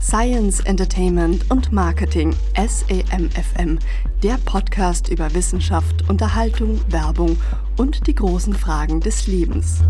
Science, Entertainment und Marketing, SEMFM, der Podcast über Wissenschaft, Unterhaltung, Werbung und die großen Fragen des Lebens.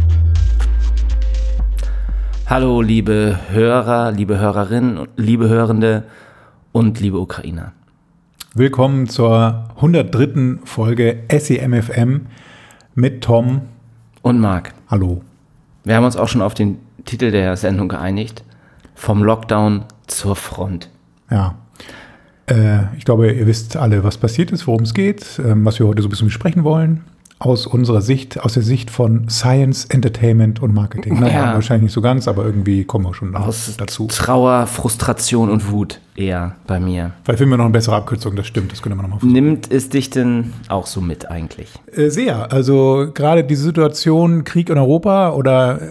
Hallo liebe Hörer, liebe Hörerinnen, liebe Hörende und liebe Ukrainer. Willkommen zur 103. Folge SEMFM mit Tom und Marc. Hallo. Wir haben uns auch schon auf den Titel der Sendung geeinigt. Vom Lockdown zur Front. Ja, ich glaube, ihr wisst alle, was passiert ist, worum es geht, was wir heute so ein bisschen besprechen wollen. Aus unserer Sicht, aus der Sicht von Science, Entertainment und Marketing. Naja, wahrscheinlich nicht so ganz, aber irgendwie kommen wir schon dazu. Trauer, Frustration und Wut eher bei mir. Vielleicht finden wir noch eine bessere Abkürzung, das stimmt, das können wir nochmal versuchen. Nimmt es dich denn auch so mit eigentlich? Sehr, also gerade die Situation Krieg in Europa oder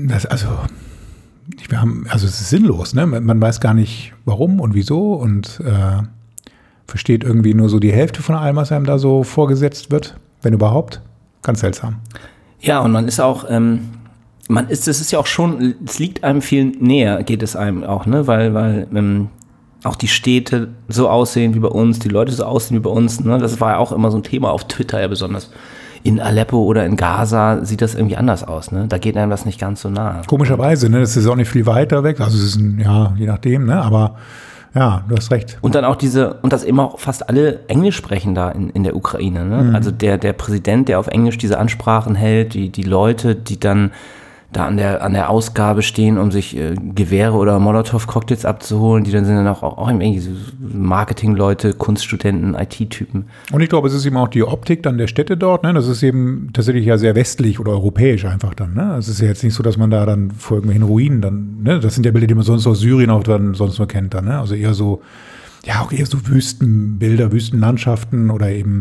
es ist sinnlos, ne? Man weiß gar nicht, warum und wieso und versteht irgendwie nur so die Hälfte von allem, was einem da so vorgesetzt wird, wenn überhaupt. Ganz seltsam. Ja, und man ist auch, es ist ja auch schon, es liegt einem viel näher, geht es einem auch, ne? Weil auch die Städte so aussehen wie bei uns, die Leute so aussehen wie bei uns, ne? Das war ja auch immer so ein Thema auf Twitter, ja besonders. In Aleppo oder in Gaza sieht das irgendwie anders aus, ne? Da geht einem das nicht ganz so nah. Komischerweise, ne? Das ist auch nicht viel weiter weg, also es ist je nachdem, ne? Aber ja, du hast recht. Und dann auch dass eben auch fast alle Englisch sprechen da in der Ukraine, ne? Mhm. Also der Präsident, der auf Englisch diese Ansprachen hält, die Leute, die dann da an der Ausgabe stehen, um sich Gewehre oder Molotow-Cocktails abzuholen, die dann sind dann auch irgendwie so Marketing-Leute, Kunststudenten, IT-Typen. Und ich glaube, es ist eben auch die Optik dann der Städte dort, ne? Das ist eben tatsächlich ja sehr westlich oder europäisch einfach dann, ne? Es ist ja jetzt nicht so, dass man da dann vor irgendwelchen Ruinen dann, ne? Das sind ja Bilder, die man sonst aus Syrien auch dann sonst nur kennt dann, ne? Also eher so, ja, auch eher so Wüstenbilder, Wüstenlandschaften oder eben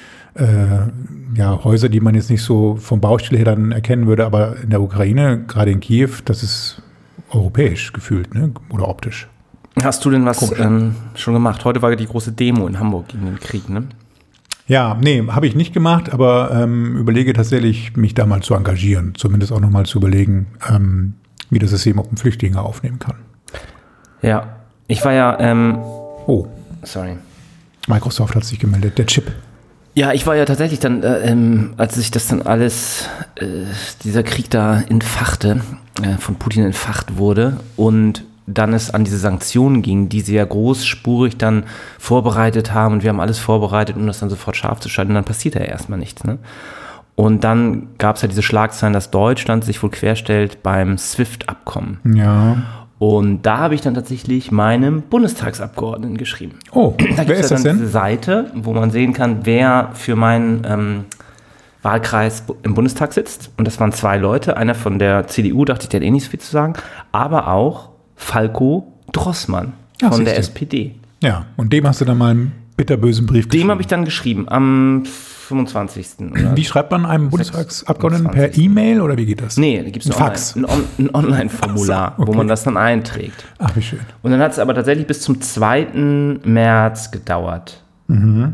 Häuser, die man jetzt nicht so vom Baustil her dann erkennen würde, aber in der Ukraine, gerade in Kiew, das ist europäisch gefühlt, ne? Oder optisch. Hast du denn was schon gemacht? Heute war die große Demo in Hamburg gegen den Krieg, ne? Ja, nee, habe ich nicht gemacht, aber überlege tatsächlich, mich da mal zu engagieren. Zumindest auch nochmal zu überlegen, wie das System auch Flüchtlinge aufnehmen kann. Ja, ich war ja... Sorry. Microsoft hat sich gemeldet, der Chip. Ja, ich war ja tatsächlich dann, als sich das dann alles, dieser Krieg da entfachte, von Putin entfacht wurde und dann es an diese Sanktionen ging, die sie ja großspurig dann vorbereitet haben und wir haben alles vorbereitet, um das dann sofort scharf zu schalten und dann passiert ja erstmal nichts, ne? Und dann gab es ja diese Schlagzeilen, dass Deutschland sich wohl querstellt beim SWIFT-Abkommen. Ja. Und da habe ich dann tatsächlich meinem Bundestagsabgeordneten geschrieben. Oh, wer ist das denn? Diese Seite, wo man sehen kann, wer für meinen Wahlkreis im Bundestag sitzt. Und das waren 2 Leute. Einer von der CDU, dachte ich, der hat eh nicht so viel zu sagen. Aber auch Falko Drossmann von der SPD. Ja, und dem hast du dann mal einen bitterbösen Brief geschrieben. Dem habe ich dann geschrieben, am 25. Wie schreibt man einem Bundestagsabgeordneten? Per E-Mail oder wie geht das? Nee, da gibt es ein Online-Formular, wo man das dann einträgt. Ach, wie schön. Und dann hat es aber tatsächlich bis zum 2. März gedauert. Mhm.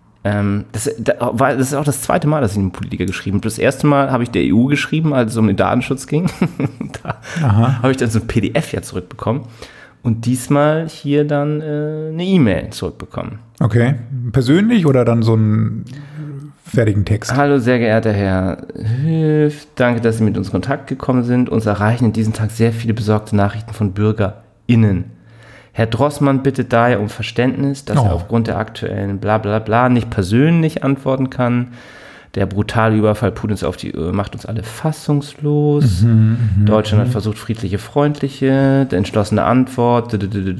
Das ist auch das 2. Mal, dass ich einen Politiker geschrieben habe. Das erste Mal habe ich der EU geschrieben, als es um den Datenschutz ging. Da habe ich dann so ein PDF ja zurückbekommen. Und diesmal hier dann eine E-Mail zurückbekommen. Okay. Persönlich oder dann so einen fertigen Text? Hallo, sehr geehrter Herr Höft, danke, dass Sie mit uns in Kontakt gekommen sind. Uns erreichen in diesem Tag sehr viele besorgte Nachrichten von BürgerInnen. Herr Drossmann bittet daher um Verständnis, dass er aufgrund der aktuellen Blablabla nicht persönlich antworten kann. Der brutale Überfall Putins auf die macht uns alle fassungslos. Deutschland hat versucht, friedliche, freundliche, entschlossene Antwort.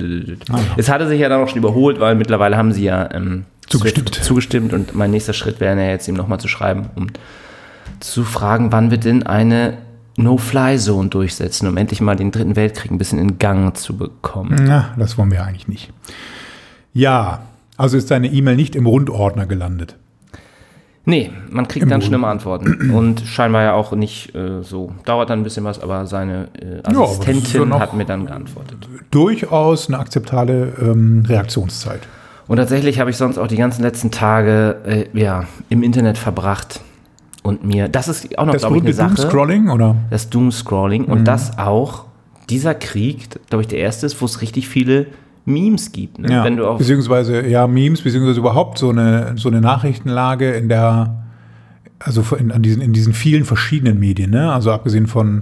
Es hatte sich ja dann auch schon überholt, weil mittlerweile haben sie ja zugestimmt und mein nächster Schritt wäre ja jetzt ihm nochmal zu schreiben, um zu fragen, wann wir denn eine No-Fly-Zone durchsetzen, um endlich mal den 3. Weltkrieg ein bisschen in Gang zu bekommen. Na, das wollen wir eigentlich nicht. Ja, also ist deine E-Mail nicht im Rundordner gelandet? Nee, man kriegt dann schlimme Antworten und scheinbar ja auch nicht so. Dauert dann ein bisschen was, aber seine Assistentin hat mir dann geantwortet. Durchaus eine akzeptable Reaktionszeit. Und tatsächlich habe ich sonst auch die ganzen letzten Tage im Internet verbracht und mir, das ist auch noch, glaube ich, eine Sache. Das Doomscrolling, oder? Das Doomscrolling und das auch dieser Krieg, glaube ich, der erste ist, wo es richtig viele Memes gibt. Ne? Ja, Wenn du beziehungsweise Memes, beziehungsweise überhaupt so eine Nachrichtenlage in diesen vielen verschiedenen Medien, ne? Also abgesehen von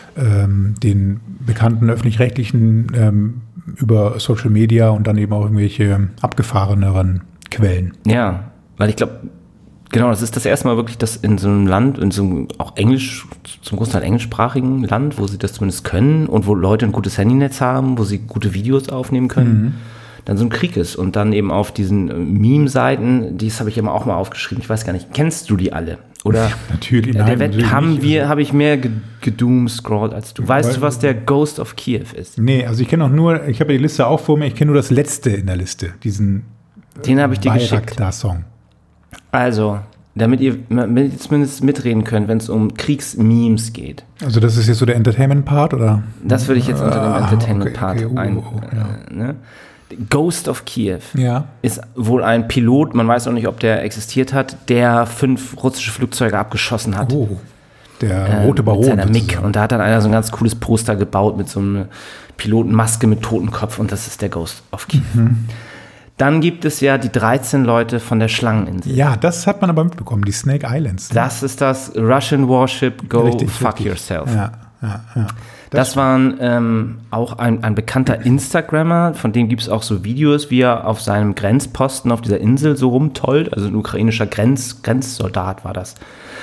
den bekannten öffentlich-rechtlichen über Social Media und dann eben auch irgendwelche abgefahreneren Quellen. Ja, weil ich glaube, genau, das ist das erste Mal wirklich, dass in so einem Land, in so einem auch zum Großteil englischsprachigen Land, wo sie das zumindest können und wo Leute ein gutes Handynetz haben, wo sie gute Videos aufnehmen können, dann so ein Krieg ist. Und dann eben auf diesen Meme-Seiten, das habe ich immer auch mal aufgeschrieben, ich weiß gar nicht, kennst du die alle? Oder natürlich, habe ich mehr gedoomscrollt als du. Weißt du, was der Ghost of Kiew ist? Nee, also ich habe die Liste auch vor mir, ich kenne nur das letzte in der Liste, den habe ich dir geschickt. Song. Also, damit ihr zumindest mitreden könnt, wenn es um Kriegsmemes geht. Also das ist jetzt so der Entertainment-Part, oder? Das würde ich jetzt unter dem Entertainment-Part ne? Ghost of Kiew ist wohl ein Pilot, man weiß auch nicht, ob der existiert hat, der 5 russische Flugzeuge abgeschossen hat. Oh, der rote Baron. Mit seiner MiG. Und da hat dann einer so ein ganz cooles Poster gebaut mit so einer Pilotenmaske mit Totenkopf und das ist der Ghost of Kiew. Dann gibt es ja die 13 Leute von der Schlangeninsel. Ja, das hat man aber mitbekommen, die Snake Islands. Das ist das Russian Warship Go Fuck Yourself. Ja. Das waren auch ein bekannter Instagrammer, von dem gibt es auch so Videos, wie er auf seinem Grenzposten auf dieser Insel so rumtollt, also ein ukrainischer Grenzsoldat war das.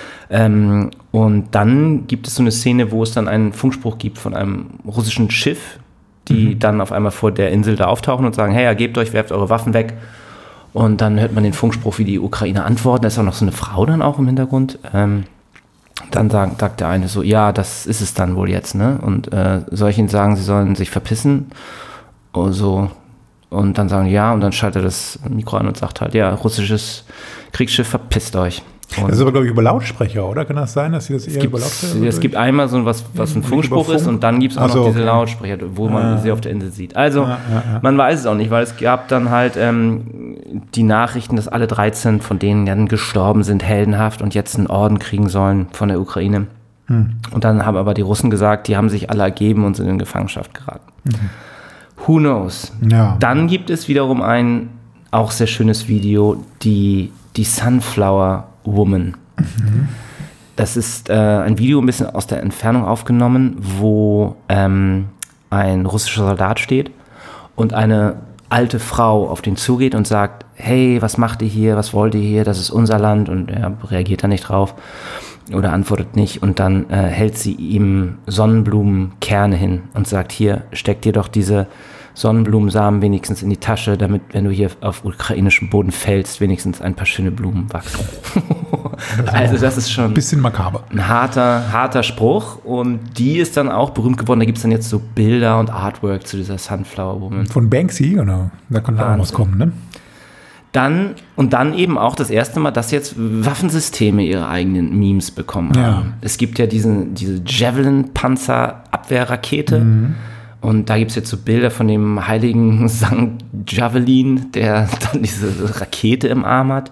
Und dann gibt es so eine Szene, wo es dann einen Funkspruch gibt von einem russischen Schiff, die dann auf einmal vor der Insel da auftauchen und sagen, hey, ergebt euch, werft eure Waffen weg. Und dann hört man den Funkspruch, wie die Ukrainer antworten. Da ist auch noch so eine Frau dann auch im Hintergrund. Dann sagt der eine so, ja, das ist es dann wohl jetzt, ne? Und soll ich ihnen sagen, sie sollen sich verpissen? Und so. Und dann sagen ja, und dann schaltet er das Mikro an und sagt halt, ja, russisches Kriegsschiff, verpisst euch. Und das ist aber, glaube ich, über Lautsprecher, oder? Kann das sein, dass sie das eher über Lautsprecher? Es gibt einmal so was ein Funkspruch ist und dann gibt es auch noch diese Lautsprecher, wo man sie auf der Insel sieht. Also, man weiß es auch nicht, weil es gab dann halt die Nachrichten, dass alle 13 von denen dann gestorben sind, heldenhaft und jetzt einen Orden kriegen sollen von der Ukraine. Und dann haben aber die Russen gesagt, die haben sich alle ergeben und sind in Gefangenschaft geraten. Who knows? Ja. Dann gibt es wiederum ein auch sehr schönes Video, die Sunflower Woman. Das ist ein Video ein bisschen aus der Entfernung aufgenommen, wo ein russischer Soldat steht und eine alte Frau auf den zugeht und sagt, hey, was macht ihr hier, was wollt ihr hier, das ist unser Land, und er reagiert da nicht drauf oder antwortet nicht, und dann hält sie ihm Sonnenblumenkerne hin und sagt, hier, steck dir doch diese Sonnenblumensamen wenigstens in die Tasche, damit, wenn du hier auf ukrainischem Boden fällst, wenigstens ein paar schöne Blumen wachsen. Also das ist schon ein bisschen makaber. Ein harter Spruch, und die ist dann auch berühmt geworden. Da gibt es dann jetzt so Bilder und Artwork zu dieser Sunflower Woman. Von Banksy, oder? Da kann auch was kommen, ne? Dann eben auch das erste Mal, dass jetzt Waffensysteme ihre eigenen Memes bekommen haben. Ja. Es gibt ja diese Javelin-Panzer-Abwehrrakete. Und da gibt es jetzt so Bilder von dem heiligen St. Javelin, der dann diese Rakete im Arm hat.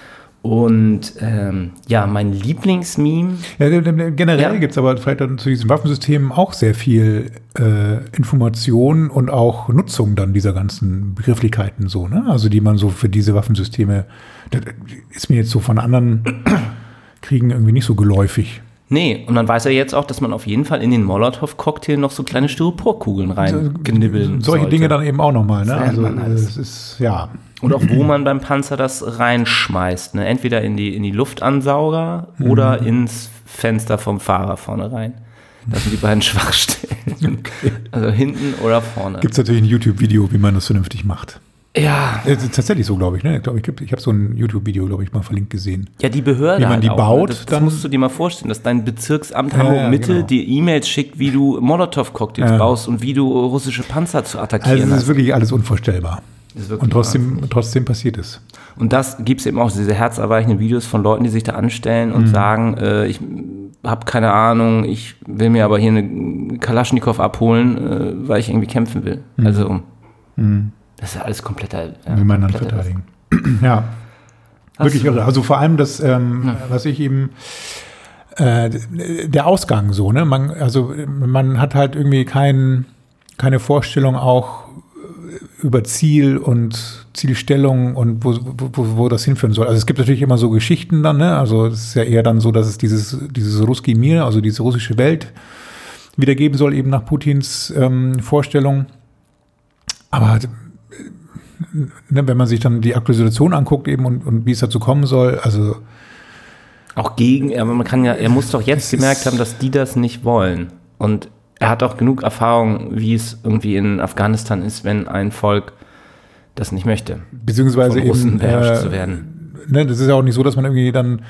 Und mein Lieblingsmeme. Ja, generell gibt es aber vielleicht dann zu diesen Waffensystemen auch sehr viel Information und auch Nutzung dann dieser ganzen Begrifflichkeiten so, ne? Also die man so für diese Waffensysteme, das ist mir jetzt so von anderen Kriegen irgendwie nicht so geläufig. Nee, und man weiß ja jetzt auch, dass man auf jeden Fall in den Molotow-Cocktail noch so kleine Styroporkugeln reingenibbeln solche Dinge dann eben auch nochmal, ne? Also es ist, ja. Und auch wo man beim Panzer das reinschmeißt, ne? Entweder in die Luftansauger oder ins Fenster vom Fahrer vorne rein. Das sind die beiden Schwachstellen. Okay. Also hinten oder vorne. Gibt es natürlich ein YouTube-Video, wie man das vernünftig macht. Ja. Das ist tatsächlich so, glaube ich. Ne? Ich habe so ein YouTube-Video, glaube ich, mal verlinkt gesehen. Ja, die Behörde. Wie man die baut. Das dann musst du dir mal vorstellen, dass dein Bezirksamt Hamburg-Mitte dir E-Mails schickt, wie du Molotow-Cocktails baust und wie du russische Panzer zu attackieren hast. Also es ist wirklich alles unvorstellbar. Und trotzdem passiert es. Und das gibt es eben auch, diese herzerweichenden Videos von Leuten, die sich da anstellen und sagen, ich habe keine Ahnung, ich will mir aber hier eine Kalaschnikow abholen, weil ich irgendwie kämpfen will. Also das ist alles kompletter... Will man dann verteidigen. Ja, wirklich irre. Also vor allem das, was ich eben der Ausgang so, ne? Man hat halt irgendwie keine Vorstellung auch über Ziel und Zielstellung und wo das hinführen soll. Also es gibt natürlich immer so Geschichten dann, ne? Also es ist ja eher dann so, dass es dieses Russki Mir, also diese russische Welt wiedergeben soll, eben nach Putins Vorstellung. Aber ne, wenn man sich dann die aktuelle Situation anguckt eben und wie es dazu kommen soll, also auch er muss doch jetzt gemerkt haben, dass die das nicht wollen. Und er hat auch genug Erfahrung, wie es irgendwie in Afghanistan ist, wenn ein Volk das nicht möchte. Beziehungsweise von Russen beherrscht eben, zu werden. Ne, das ist ja auch nicht so, dass man irgendwie dann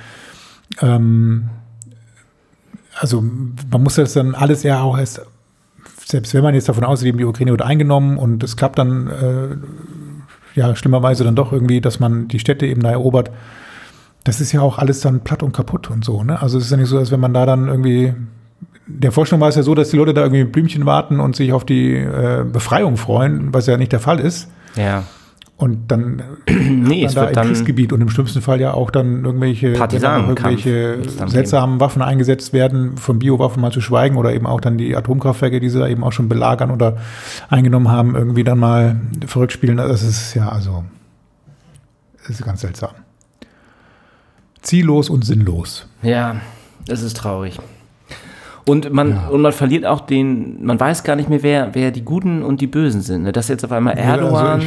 also man muss das dann alles ja auch erst, selbst wenn man jetzt davon ausgeht, die Ukraine wird eingenommen und es klappt dann schlimmerweise dann doch irgendwie, dass man die Städte eben da erobert, das ist ja auch alles dann platt und kaputt und so, ne? Also es ist ja nicht so, als wenn man da dann irgendwie, der Vorstellung war es ja so, dass die Leute da irgendwie mit Blümchen warten und sich auf die Befreiung freuen, was ja nicht der Fall ist. Ja. Und dann es da wird im Kriegsgebiet und im schlimmsten Fall ja auch dann irgendwelche seltsamen Waffen eingesetzt werden, von Biowaffen mal zu schweigen oder eben auch dann die Atomkraftwerke, die sie da eben auch schon belagern oder eingenommen haben, irgendwie dann mal verrückt spielen. Das ist das ist ganz seltsam. Ziellos und sinnlos. Ja, das ist traurig. Und man verliert auch man weiß gar nicht mehr, wer die Guten und die Bösen sind. Ne? Das jetzt auf einmal Erdogan,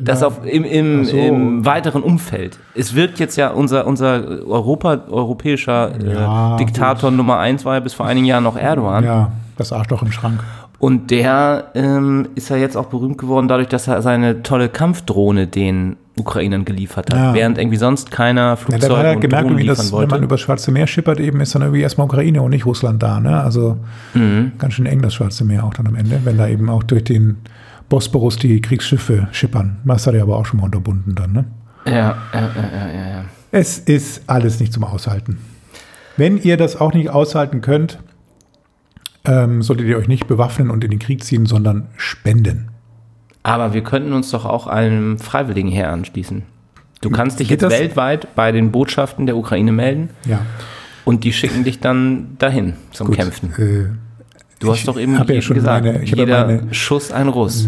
im weiteren Umfeld. Es wirkt jetzt ja unser europäischer Diktator Nummer 1 war ja bis vor einigen Jahren noch Erdogan. Ja, das Arschloch im Schrank. Und der ist ja jetzt auch berühmt geworden dadurch, dass er seine tolle Kampfdrohne den Ukrainern geliefert hat, während irgendwie sonst keiner Flugzeuge und Drohnen liefern wollte. Wenn man über das Schwarze Meer schippert, eben ist dann irgendwie erstmal Ukraine und nicht Russland da. Ne? Also ganz schön eng das Schwarze Meer auch dann am Ende, wenn da eben auch durch den Bosporus die Kriegsschiffe schippern. Das hat er aber auch schon mal unterbunden dann. Ne? Ja. Es ist alles nicht zum Aushalten. Wenn ihr das auch nicht aushalten könnt, solltet ihr euch nicht bewaffnen und in den Krieg ziehen, sondern spenden. Aber wir könnten uns doch auch einem Freiwilligenheer anschließen. Du kannst dich jetzt weltweit bei den Botschaften der Ukraine melden. Ja. Und die schicken dich dann dahin zum Kämpfen. Du hast doch eben gesagt, jeder Schuss ein Russ.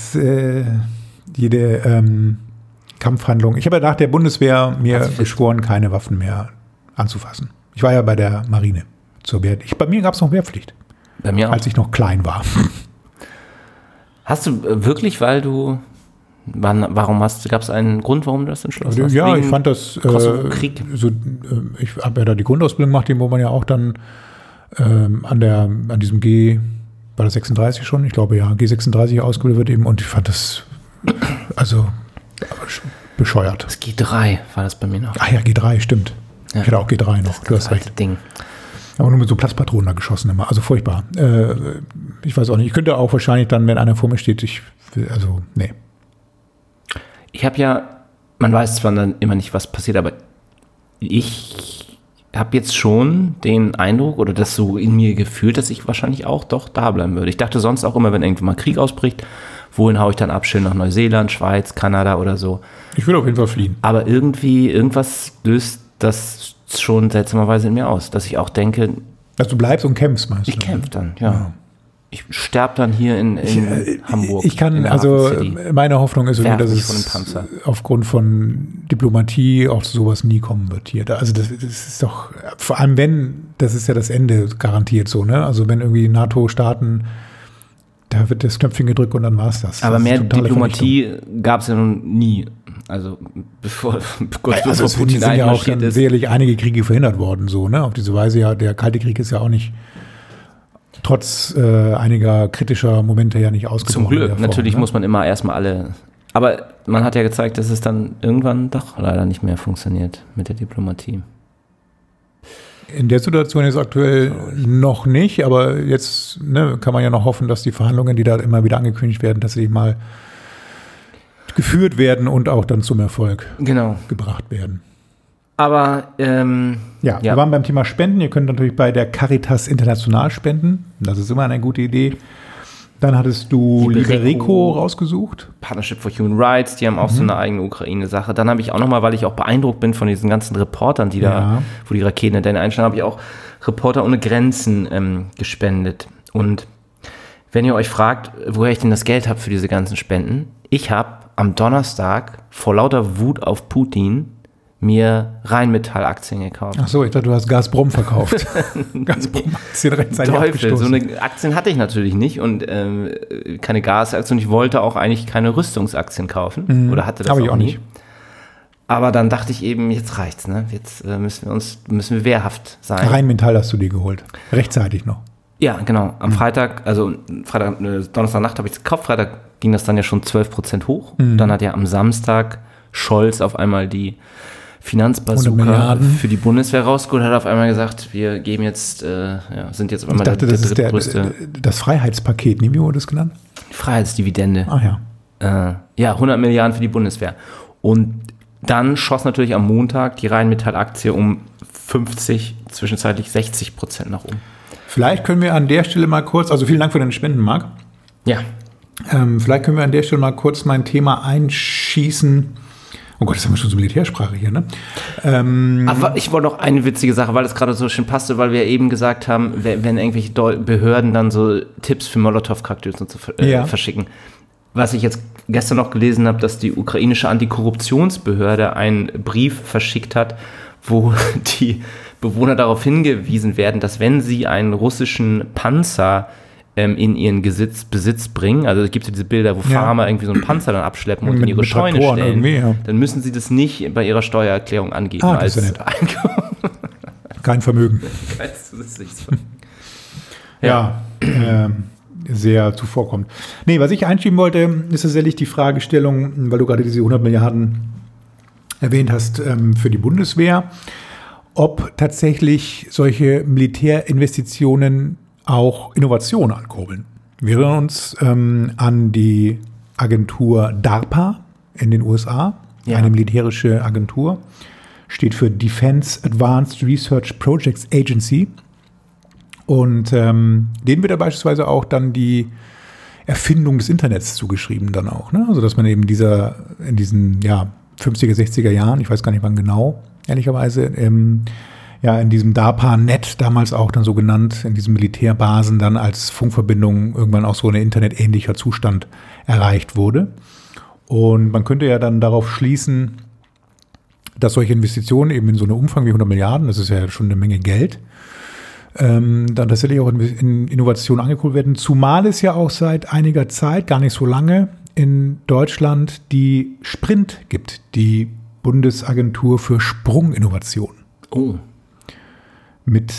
Jede Kampfhandlung. Ich habe ja nach der Bundeswehr mir geschworen, keine Waffen mehr anzufassen. Ich war ja bei der Marine. Bei mir gab es noch Wehrpflicht. Bei mir auch. Als ich noch klein war. Hast du wirklich, gab es einen Grund, warum du das entschlossen hast? Ja, ich fand das, Krieg. Ich habe ja da die Grundausbildung gemacht, wo man ja auch dann an diesem war das 36 schon? Ich glaube ja, G36 ausgebildet wird eben und ich fand das, bescheuert. Das G3 war das bei mir noch. Ach ja, G3, stimmt. Ja. Ich hatte auch G3 noch, du hast recht. Ding. Aber nur mit so Platzpatronen da geschossen immer. Also furchtbar. Ich weiß auch nicht. Ich könnte auch wahrscheinlich dann, wenn einer vor mir steht, nee. Ich habe man weiß zwar dann immer nicht, was passiert, aber ich habe jetzt schon den Eindruck oder das so in mir gefühlt, dass ich wahrscheinlich auch doch da bleiben würde. Ich dachte sonst auch immer, wenn irgendwann mal Krieg ausbricht, wohin haue ich dann ab? Schön nach Neuseeland, Schweiz, Kanada oder so. Ich würde auf jeden Fall fliehen. Aber irgendwas löst das schon seltsamerweise in mir aus, dass ich auch denke, dass du bleibst und kämpfst, meinst du? Ich kämpfe dann, ja. Ich sterbe dann hier in Hamburg. Ich kann, meine Hoffnung ist, dass es aufgrund von Diplomatie auch zu sowas nie kommen wird hier. Also das ist doch, vor allem das ist ja das Ende garantiert so, ne? Also wenn irgendwie NATO-Staaten, da wird das Knöpfchen gedrückt und dann war es das. Aber mehr Diplomatie gab es ja nun nie. Also bevor Putin sind ja auch dann sicherlich einige Kriege verhindert worden, so, ne? Auf diese Weise ja, der Kalte Krieg ist ja auch nicht trotz einiger kritischer Momente ja nicht ausgebrochen. Zum Glück, natürlich muss man immer erstmal alle, aber man hat ja gezeigt, dass es dann irgendwann doch leider nicht mehr funktioniert mit der Diplomatie. In der Situation ist aktuell noch nicht, aber jetzt kann man ja noch hoffen, dass die Verhandlungen, die da immer wieder angekündigt werden, dass sie mal geführt werden und auch dann zum Erfolg gebracht werden. Aber wir waren beim Thema Spenden. Ihr könnt natürlich bei der Caritas International spenden. Das ist immer eine gute Idee. Dann hattest du Libereco rausgesucht. Partnership for Human Rights, die haben auch so eine eigene Ukraine-Sache. Dann habe ich auch nochmal, weil ich auch beeindruckt bin von diesen ganzen Reportern, die da, wo die Raketen denn einstellen, habe ich auch Reporter ohne Grenzen gespendet. Und wenn ihr euch fragt, woher ich denn das Geld habe für diese ganzen Spenden, ich habe am Donnerstag vor lauter Wut auf Putin mir Rheinmetall-Aktien gekauft. Ach so, ich dachte, du hast Gazprom verkauft. Gazprom-Aktien rechtzeitig Teufel, so eine Aktien hatte ich natürlich nicht und keine Gasaktien. Und ich wollte auch eigentlich keine Rüstungsaktien kaufen oder hatte das auch nicht. Aber dann dachte ich eben, jetzt reicht's, ne? Jetzt müssen wir wehrhaft sein. Rheinmetall hast du dir geholt, rechtzeitig noch. Ja, genau. Am Freitag, Donnerstagnacht habe ich es gekauft. Freitag ging das dann ja schon 12% hoch. Dann hat ja am Samstag Scholz auf einmal die Finanzbazooka für die Bundeswehr rausgeholt, hat auf einmal gesagt, wir geben jetzt, sind jetzt auf einmal der drittgrößte. Das Freiheitspaket, wie wurde das genannt? Freiheitsdividende. Ach ja. 100 Milliarden für die Bundeswehr. Und dann schoss natürlich am Montag die Rheinmetall-Aktie um 50, zwischenzeitlich 60% nach oben. Vielleicht können wir an der Stelle mal kurz, also vielen Dank für deine Spenden, Marc. Ja. Vielleicht können wir an der Stelle mal kurz mein Thema einschießen. Oh Gott, das haben wir schon so Militärsprache hier, ne? Aber ich wollte noch eine witzige Sache, weil das gerade so schön passte, weil wir eben gesagt haben, wenn irgendwelche Behörden dann so Tipps für Molotow-Cocktails und so verschicken. Was ich jetzt gestern noch gelesen habe, dass die ukrainische Antikorruptionsbehörde einen Brief verschickt hat, wo die Bewohner darauf hingewiesen werden, dass wenn sie einen russischen Panzer in ihren Besitz bringen, also es gibt ja diese Bilder, wo Farmer irgendwie so einen Panzer dann abschleppen und in ihre Scheune stellen, dann müssen sie das nicht bei ihrer Steuererklärung angeben. Das ist ja nett. Kein Vermögen. Kein zusätzliches Vermögen. Sehr zuvorkommt. Nee, was ich einschieben wollte, ist tatsächlich die Fragestellung, weil du gerade diese 100 Milliarden erwähnt hast für die Bundeswehr, ob tatsächlich solche Militärinvestitionen auch Innovation ankurbeln. Wir erinnern uns an die Agentur DARPA in den USA, eine militärische Agentur, steht für Defense Advanced Research Projects Agency. Und denen wird ja beispielsweise auch dann die Erfindung des Internets zugeschrieben dann auch. Ne? Also dass man eben in diesen 50er, 60er Jahren, ich weiß gar nicht wann genau, ehrlicherweise, in diesem DARPA-Net, damals auch dann so genannt, in diesen Militärbasen dann als Funkverbindung irgendwann auch so ein internetähnlicher Zustand erreicht wurde. Und man könnte ja dann darauf schließen, dass solche Investitionen eben in so einem Umfang wie 100 Milliarden, das ist ja schon eine Menge Geld, dann tatsächlich auch in Innovation angekurbelt werden. Zumal es ja auch seit einiger Zeit, gar nicht so lange, in Deutschland die Sprint gibt, die Bundesagentur für Sprunginnovation. Oh. Mit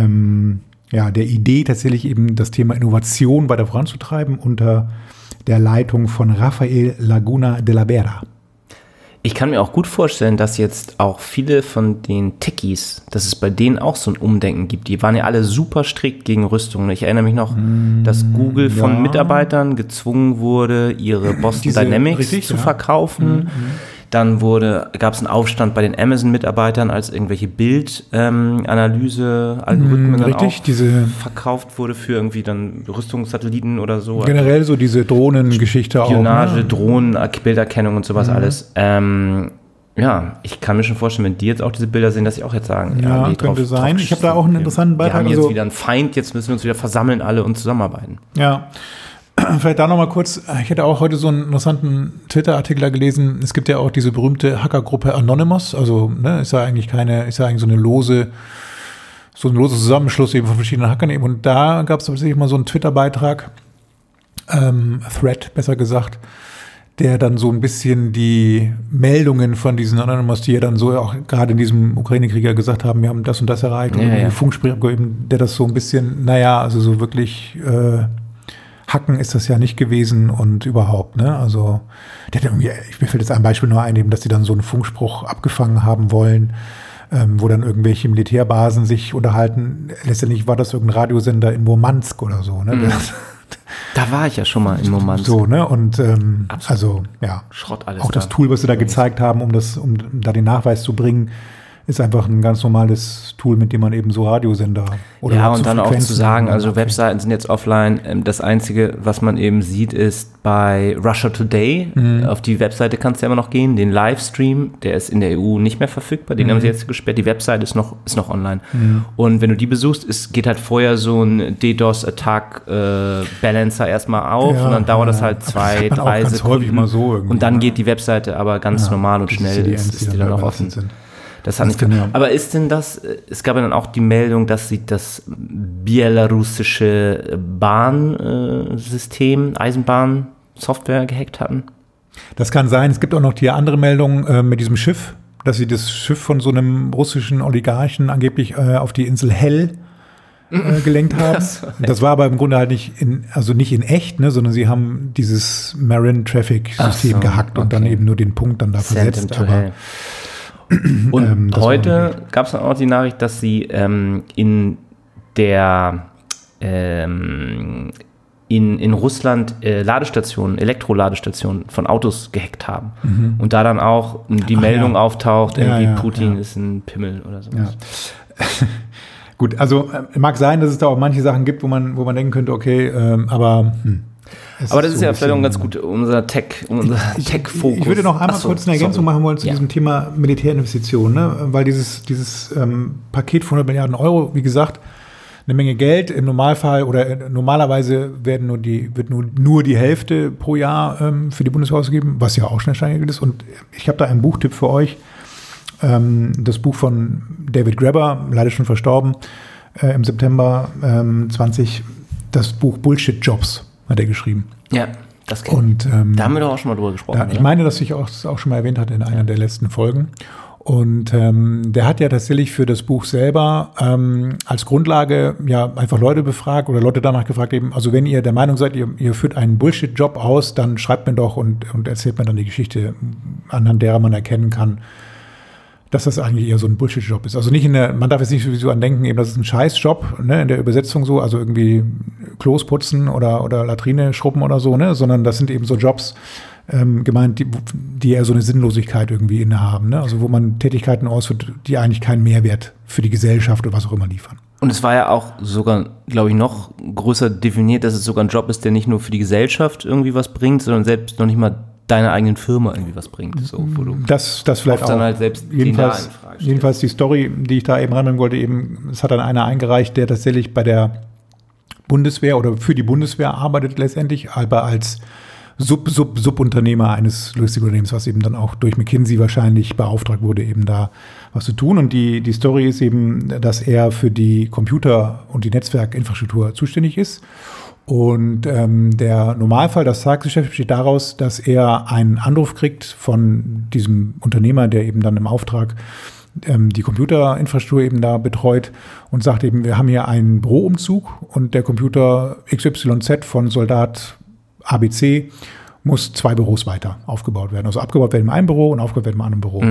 der Idee, tatsächlich eben das Thema Innovation weiter voranzutreiben unter der Leitung von Rafael Laguna de la Vera. Ich kann mir auch gut vorstellen, dass jetzt auch viele von den Techies, dass es bei denen auch so ein Umdenken gibt. Die waren ja alle super strikt gegen Rüstungen. Ich erinnere mich noch, dass Google von Mitarbeitern gezwungen wurde, ihre Boston Dynamics zu verkaufen. Dann gab es einen Aufstand bei den Amazon-Mitarbeitern, als irgendwelche Bildanalyse-Algorithmen dann auch verkauft wurde für irgendwie dann Rüstungssatelliten oder so. Generell so diese Drohnengeschichte auch. Spionage, Drohnen, Bilderkennung und sowas alles. Ich kann mir schon vorstellen, wenn die jetzt auch diese Bilder sehen, dass sie auch jetzt sagen, könnte sein. Ich habe da auch einen interessanten Beitrag. Wir haben jetzt wieder einen Feind, jetzt müssen wir uns wieder versammeln alle und zusammenarbeiten. Ja. Vielleicht da nochmal kurz, ich hätte auch heute so einen interessanten Twitter-Artikel gelesen. Es gibt ja auch diese berühmte Hackergruppe Anonymous, also ist ja eigentlich so ein loser Zusammenschluss eben von verschiedenen Hackern eben. Und da gab es tatsächlich mal so einen Twitter-Beitrag, Thread besser gesagt, der dann so ein bisschen die Meldungen von diesen Anonymous, die ja dann so auch gerade in diesem Ukraine-Krieg ja gesagt haben, wir haben das und das erreicht, und die Funksprüche abgegeben, der das so ein bisschen, also so wirklich Hacken ist das ja nicht gewesen und überhaupt, ne? Also, mir fällt jetzt ein Beispiel nur ein, eben, dass die dann so einen Funkspruch abgefangen haben wollen, wo dann irgendwelche Militärbasen sich unterhalten. Letztendlich war das irgendein Radiosender in Murmansk oder so, ne? Da war ich ja schon mal in Murmansk. So, ne? Und Schrott alles. Auch das Tool, was sie da gezeigt haben, um da den Nachweis zu bringen, ist einfach ein ganz normales Tool, mit dem man eben so Radiosender oder ja, und dann auch zu sagen, also Webseiten sind jetzt offline. Das Einzige, was man eben sieht, ist bei Russia Today, auf die Webseite kannst du ja immer noch gehen, den Livestream, der ist in der EU nicht mehr verfügbar, den haben sie jetzt gesperrt, die Webseite ist noch online. Und wenn du die besuchst, geht halt vorher so ein DDoS-Attack-Balancer erstmal auf und dann dauert das halt 2-3 Sekunden mal so und dann geht die Webseite aber ganz normal und schnell, ist die dann auch offen. Das hat nicht genau. Aber ist denn das, es gab ja dann auch die Meldung, dass sie das belarussische Bahnsystem, Eisenbahnsoftware gehackt hatten? Das kann sein. Es gibt auch noch die andere Meldung mit diesem Schiff, dass sie das Schiff von so einem russischen Oligarchen angeblich auf die Insel Hell gelenkt haben. Das war aber im Grunde halt nicht in echt, ne, sondern sie haben dieses Marine Traffic System gehackt und dann eben nur den Punkt dann da versetzt. Aber und heute gab es dann auch die Nachricht, dass sie in Russland Elektroladestationen von Autos gehackt haben. Und da dann auch die Meldung auftaucht, irgendwie Putin ist ein Pimmel oder sowas. Ja. Gut, also mag sein, dass es da auch manche Sachen gibt, wo man denken könnte, okay, aber das ist ja vielleicht auch ganz gut, unser Tech-Fokus. Ich würde noch einmal kurz eine Ergänzung machen wollen zu diesem Thema Militärinvestitionen, ne? Weil dieses Paket von 100 Milliarden Euro, wie gesagt, eine Menge Geld im Normalfall oder normalerweise wird nur die Hälfte pro Jahr für die Bundeswehr ausgegeben, was ja auch schnell ist. Und ich habe da einen Buchtipp für euch. Das Buch von David Graeber, leider schon verstorben, im September 20, das Buch Bullshit Jobs hat er geschrieben. Ja, das kennt. Und da haben wir doch auch schon mal drüber gesprochen. Ich meine, dass ich auch schon mal erwähnt hatte in einer der letzten Folgen. Und der hat ja tatsächlich für das Buch selber als Grundlage ja einfach Leute befragt oder Leute danach gefragt eben, also wenn ihr der Meinung seid, ihr führt einen Bullshit-Job aus, dann schreibt mir doch und erzählt mir dann die Geschichte, anhand derer man erkennen kann, dass das eigentlich eher so ein Bullshit-Job ist. Also nicht man darf jetzt nicht sowieso an denken, eben, das ist ein Scheiß-Job, ne, in der Übersetzung so, also irgendwie Klos putzen oder Latrine schrubben oder so, ne, sondern das sind eben so Jobs gemeint, die eher so eine Sinnlosigkeit irgendwie innehaben, ne, also wo man Tätigkeiten ausführt, die eigentlich keinen Mehrwert für die Gesellschaft oder was auch immer liefern. Und es war ja auch sogar, glaube ich, noch größer definiert, dass es sogar ein Job ist, der nicht nur für die Gesellschaft irgendwie was bringt, sondern selbst noch nicht mal deiner eigenen Firma irgendwie was bringt. So, wo du das vielleicht auch. Dann halt selbst jedenfalls die Story, die ich da eben reinbringen wollte, eben, es hat dann einer eingereicht, der tatsächlich bei der Bundeswehr oder für die Bundeswehr arbeitet letztendlich, aber als Subunternehmer eines Logistikunternehmens, was eben dann auch durch McKinsey wahrscheinlich beauftragt wurde, eben da was zu tun. Und die Story ist eben, dass er für die Computer- und die Netzwerkinfrastruktur zuständig ist. Und der Normalfall, das Tagesgeschäft besteht daraus, dass er einen Anruf kriegt von diesem Unternehmer, der eben dann im Auftrag die Computerinfrastruktur eben da betreut und sagt eben, wir haben hier einen Büroumzug und der Computer XYZ von Soldat ABC muss 2 Büros weiter aufgebaut werden. Also abgebaut werden in einem Büro und aufgebaut werden in einem anderen Büro.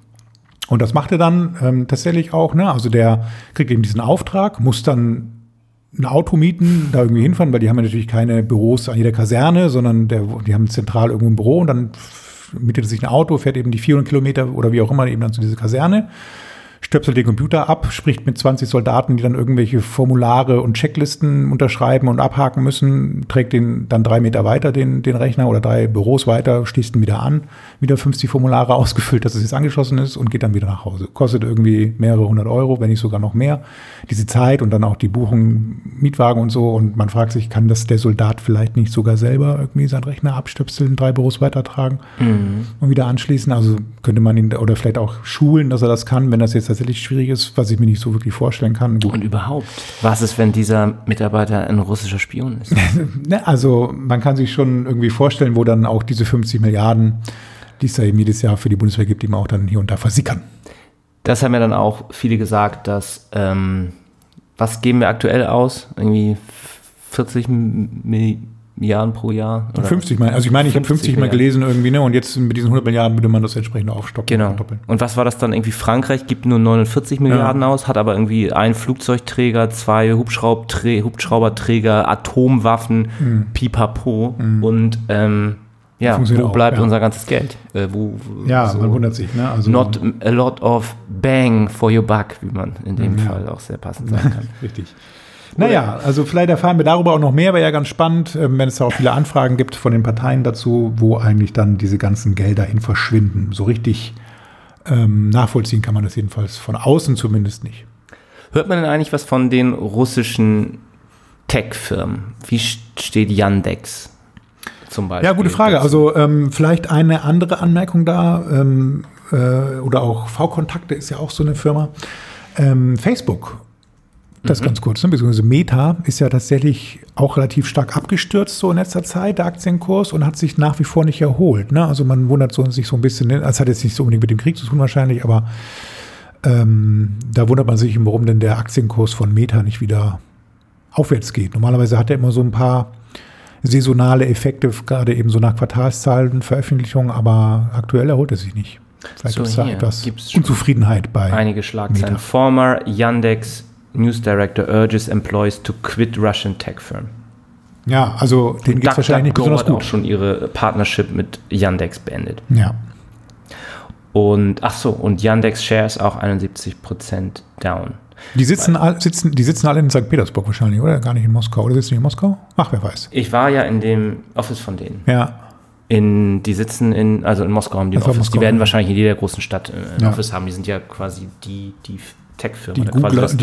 Und das macht er dann tatsächlich auch, ne? Also der kriegt eben diesen Auftrag, muss dann ein Auto mieten, da irgendwie hinfahren, weil die haben ja natürlich keine Büros an jeder Kaserne, sondern die haben zentral irgendwo ein Büro und dann mietet er sich ein Auto, fährt eben die 400 Kilometer oder wie auch immer eben dann zu dieser Kaserne, stöpselt den Computer ab, spricht mit 20 Soldaten, die dann irgendwelche Formulare und Checklisten unterschreiben und abhaken müssen, trägt den dann 3 Meter weiter, den Rechner oder 3 Büros weiter, schließt ihn wieder an, wieder 50 Formulare ausgefüllt, dass es jetzt angeschlossen ist und geht dann wieder nach Hause. Kostet irgendwie mehrere 100 Euro, wenn nicht sogar noch mehr. Diese Zeit und dann auch die Buchung, Mietwagen und so. Und man fragt sich, kann das der Soldat vielleicht nicht sogar selber irgendwie seinen Rechner abstöpseln, 3 Büros weitertragen und wieder anschließen? Also könnte man ihn oder vielleicht auch schulen, dass er das kann, wenn das jetzt tatsächlich schwierig ist, was ich mir nicht so wirklich vorstellen kann. Gut. Und überhaupt, was ist, wenn dieser Mitarbeiter ein russischer Spion ist? Also man kann sich schon irgendwie vorstellen, wo dann auch diese 50 Milliarden, die es da eben jedes Jahr für die Bundeswehr gibt, eben auch dann hier und da versickern. Das haben ja dann auch viele gesagt, dass, was geben wir aktuell aus? Irgendwie 40 Milliarden pro Jahr? Oder 50 Mal. Also ich meine, ich habe 50 Mal gelesen irgendwie, ne? Und jetzt mit diesen 100 Milliarden würde man das entsprechend aufstocken. Genau. Und was war das dann irgendwie? Frankreich gibt nur 49 Milliarden aus, hat aber irgendwie einen Flugzeugträger, 2 Hubschrauberträger, Atomwaffen, Pipapo und Ja, wo bleibt unser ganzes Geld? Man wundert sich. Ne? Also, not a lot of bang for your buck, wie man in dem Fall auch sehr passend sagen kann. Richtig. Naja, also vielleicht erfahren wir darüber auch noch mehr, wäre ja ganz spannend, wenn es da auch viele Anfragen gibt von den Parteien dazu, wo eigentlich dann diese ganzen Gelder hin verschwinden. So richtig nachvollziehen kann man das jedenfalls von außen zumindest nicht. Hört man denn eigentlich was von den russischen Tech-Firmen? Wie steht Yandex zum Beispiel? Ja, gute Frage. Also vielleicht eine andere Anmerkung da, oder auch V-Kontakte ist ja auch so eine Firma. Facebook, das ganz kurz, ne? Beziehungsweise Meta ist ja tatsächlich auch relativ stark abgestürzt so in letzter Zeit, der Aktienkurs, und hat sich nach wie vor nicht erholt. Ne? Also man wundert sich so ein bisschen, das hat jetzt nicht so unbedingt mit dem Krieg zu tun wahrscheinlich, aber da wundert man sich, warum denn der Aktienkurs von Meta nicht wieder aufwärts geht. Normalerweise hat er immer so ein paar saisonale Effekte, gerade eben so nach Quartalszahlenveröffentlichungen, aber aktuell erholt er sich nicht. Vielleicht gibt es da etwas Unzufriedenheit bei einige Schlagzeilen. Former Yandex News Director urges employees to quit Russian tech firm. Ja, also den geht es wahrscheinlich nicht besonders gut. Auch schon ihre Partnership mit Yandex beendet. Ja. Und Yandex Shares auch 71% down. Die sitzen alle in St. Petersburg wahrscheinlich, oder? Gar nicht in Moskau. Oder sitzen die in Moskau? Ach, wer weiß. Ich war ja in dem Office von denen. Ja. Die sitzen in Moskau haben die ein Office. Moskau, die werden wahrscheinlich in jeder großen Stadt ein Office haben. Die sind ja quasi die Tech-Firma. Das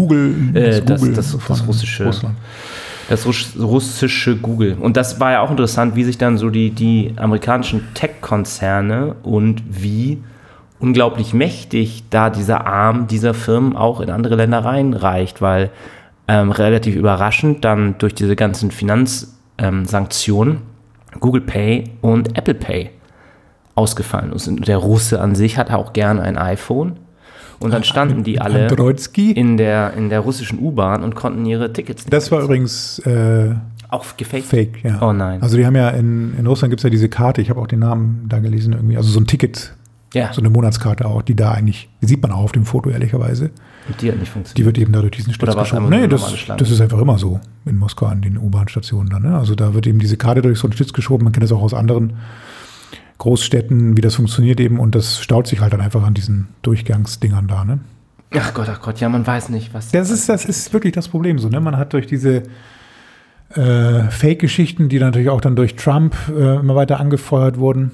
russische Russland. Das russische Google. Und das war ja auch interessant, wie sich dann so die amerikanischen Tech-Konzerne und wie unglaublich mächtig da dieser Arm dieser Firmen auch in andere Länder reinreicht, weil relativ überraschend dann durch diese ganzen Finanzsanktionen Google Pay und Apple Pay ausgefallen ist. Und der Russe an sich hat auch gerne ein iPhone. Und dann standen die alle in der russischen U-Bahn und konnten ihre Tickets nicht Das war übrigens auch gefaked? Fake, ja. Oh nein. Also die haben ja in Russland gibt es ja diese Karte, ich habe auch den Namen da gelesen irgendwie, also so ein Ticket, so eine Monatskarte auch, die sieht man auch auf dem Foto ehrlicherweise. Und die hat nicht funktioniert? Die wird eben da durch diesen Schlitz geschoben. Nee, das ist einfach immer so in Moskau an den U-Bahn-Stationen dann. Ne? Also da wird eben diese Karte durch so einen Schlitz geschoben, man kennt das auch aus anderen Großstädten, wie das funktioniert eben, und das staut sich halt dann einfach an diesen Durchgangsdingern da, ne? Ach Gott, ja, man weiß nicht, was... Das ist wirklich das Problem so, ne? Man hat durch diese Fake-Geschichten, die natürlich auch dann durch Trump immer weiter angefeuert wurden,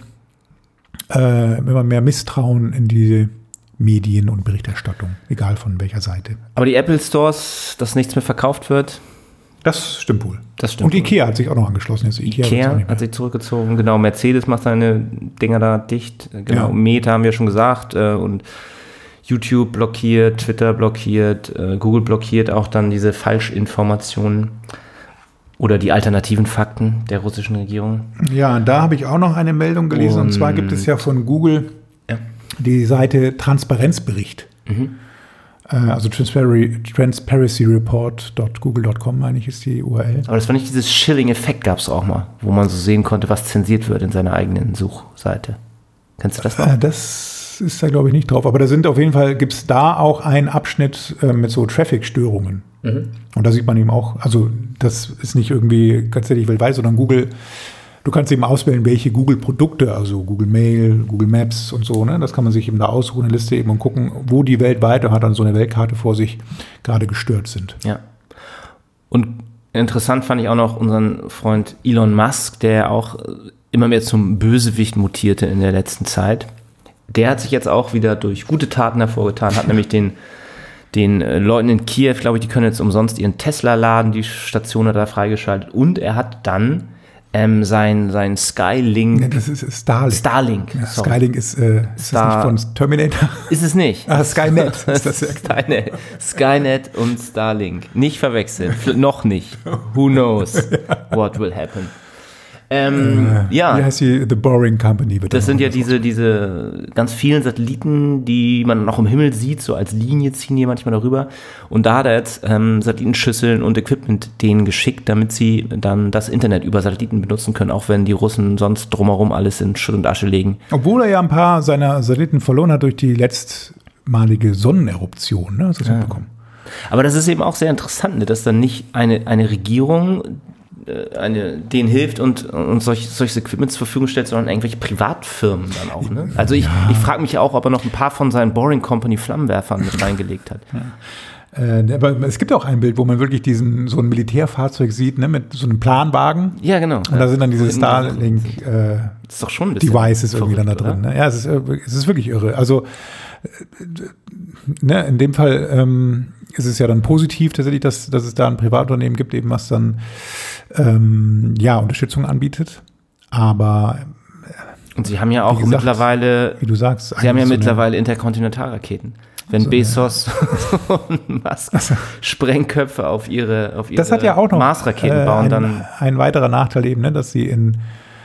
immer mehr Misstrauen in die Medien und Berichterstattung, egal von welcher Seite. Aber die Apple Stores, dass nichts mehr verkauft wird... Das stimmt wohl. Und Ikea hat sich auch noch angeschlossen. Jetzt Ikea hat sich zurückgezogen. Genau, Mercedes macht seine Dinger da dicht. Genau, ja. Meta haben wir schon gesagt. Und YouTube blockiert, Twitter blockiert, Google blockiert auch dann diese Falschinformationen oder die alternativen Fakten der russischen Regierung. Ja, da habe ich auch noch eine Meldung gelesen. Und zwar gibt es ja von Google die Seite Transparenzbericht. Also transparency-report.google.com, meine ich, ist die URL. Aber das war nicht dieses Schilling-Effekt, gab es auch mal, wo man so sehen konnte, was zensiert wird in seiner eigenen Suchseite. Kennst du das noch? Das ist da, glaube ich, nicht drauf. Aber da sind auf jeden Fall, gibt es da auch einen Abschnitt mit so Traffic-Störungen. Und da sieht man eben auch, also das ist nicht irgendwie tatsächlich weltweit, sondern Google. Du kannst eben auswählen, welche Google-Produkte, also Google Mail, Google Maps und so, ne? Das kann man sich eben da aussuchen, eine Liste eben, und gucken, wo die weltweit, hat dann so eine Weltkarte vor sich, gerade gestört sind. Ja. Und interessant fand ich auch noch unseren Freund Elon Musk, der auch immer mehr zum Bösewicht mutierte in der letzten Zeit. Der hat sich jetzt auch wieder durch gute Taten hervorgetan, hat nämlich den Leuten in Kiew, glaube ich, die können jetzt umsonst ihren Tesla laden, die Station hat er freigeschaltet, und er hat dann sein Skylink. Ja, das ist Starlink. Starlink. Ja, Skylink ist das nicht von Terminator? Ist es nicht. Skynet ist das ja. Skynet und Starlink. Nicht verwechseln. Noch nicht. Who knows what will happen. Wie heißt die? The Boring Company. Das sind ja diese ganz vielen Satelliten, die man noch im Himmel sieht, so als Linie ziehen die manchmal darüber. Und da hat er jetzt Satellitenschüsseln und Equipment denen geschickt, damit sie dann das Internet über Satelliten benutzen können, auch wenn die Russen sonst drumherum alles in Schutt und Asche legen. Obwohl er ja ein paar seiner Satelliten verloren hat durch die letztmalige Sonneneruption, ne? Hast du das mitbekommen? Aber das ist eben auch sehr interessant, ne? Dass dann nicht eine Regierung denen hilft und solches Equipment zur Verfügung stellt, sondern irgendwelche Privatfirmen dann auch. Ne? Also ich frage mich auch, ob er noch ein paar von seinen Boring Company Flammenwerfern mit reingelegt hat. Ja. Aber es gibt auch ein Bild, wo man wirklich so ein Militärfahrzeug sieht, ne, mit so einem Planwagen. Ja, genau. Und da sind dann diese Starlink ist doch schon ein Devices irgendwie dann da drin. Ne? Ja, es ist wirklich irre. Also ne, in dem Fall ist es ja dann positiv tatsächlich, dass es da ein Privatunternehmen gibt, eben was dann Unterstützung anbietet. Aber und sie haben ja auch gesagt, mittlerweile, wie du sagst, sie haben ja mittlerweile Interkontinentalraketen. Wenn Bezos und Musk Sprengköpfe auf ihre das hat ja auch noch Mars-Raketen bauen, dann ein weiterer Nachteil eben, ne, dass sie in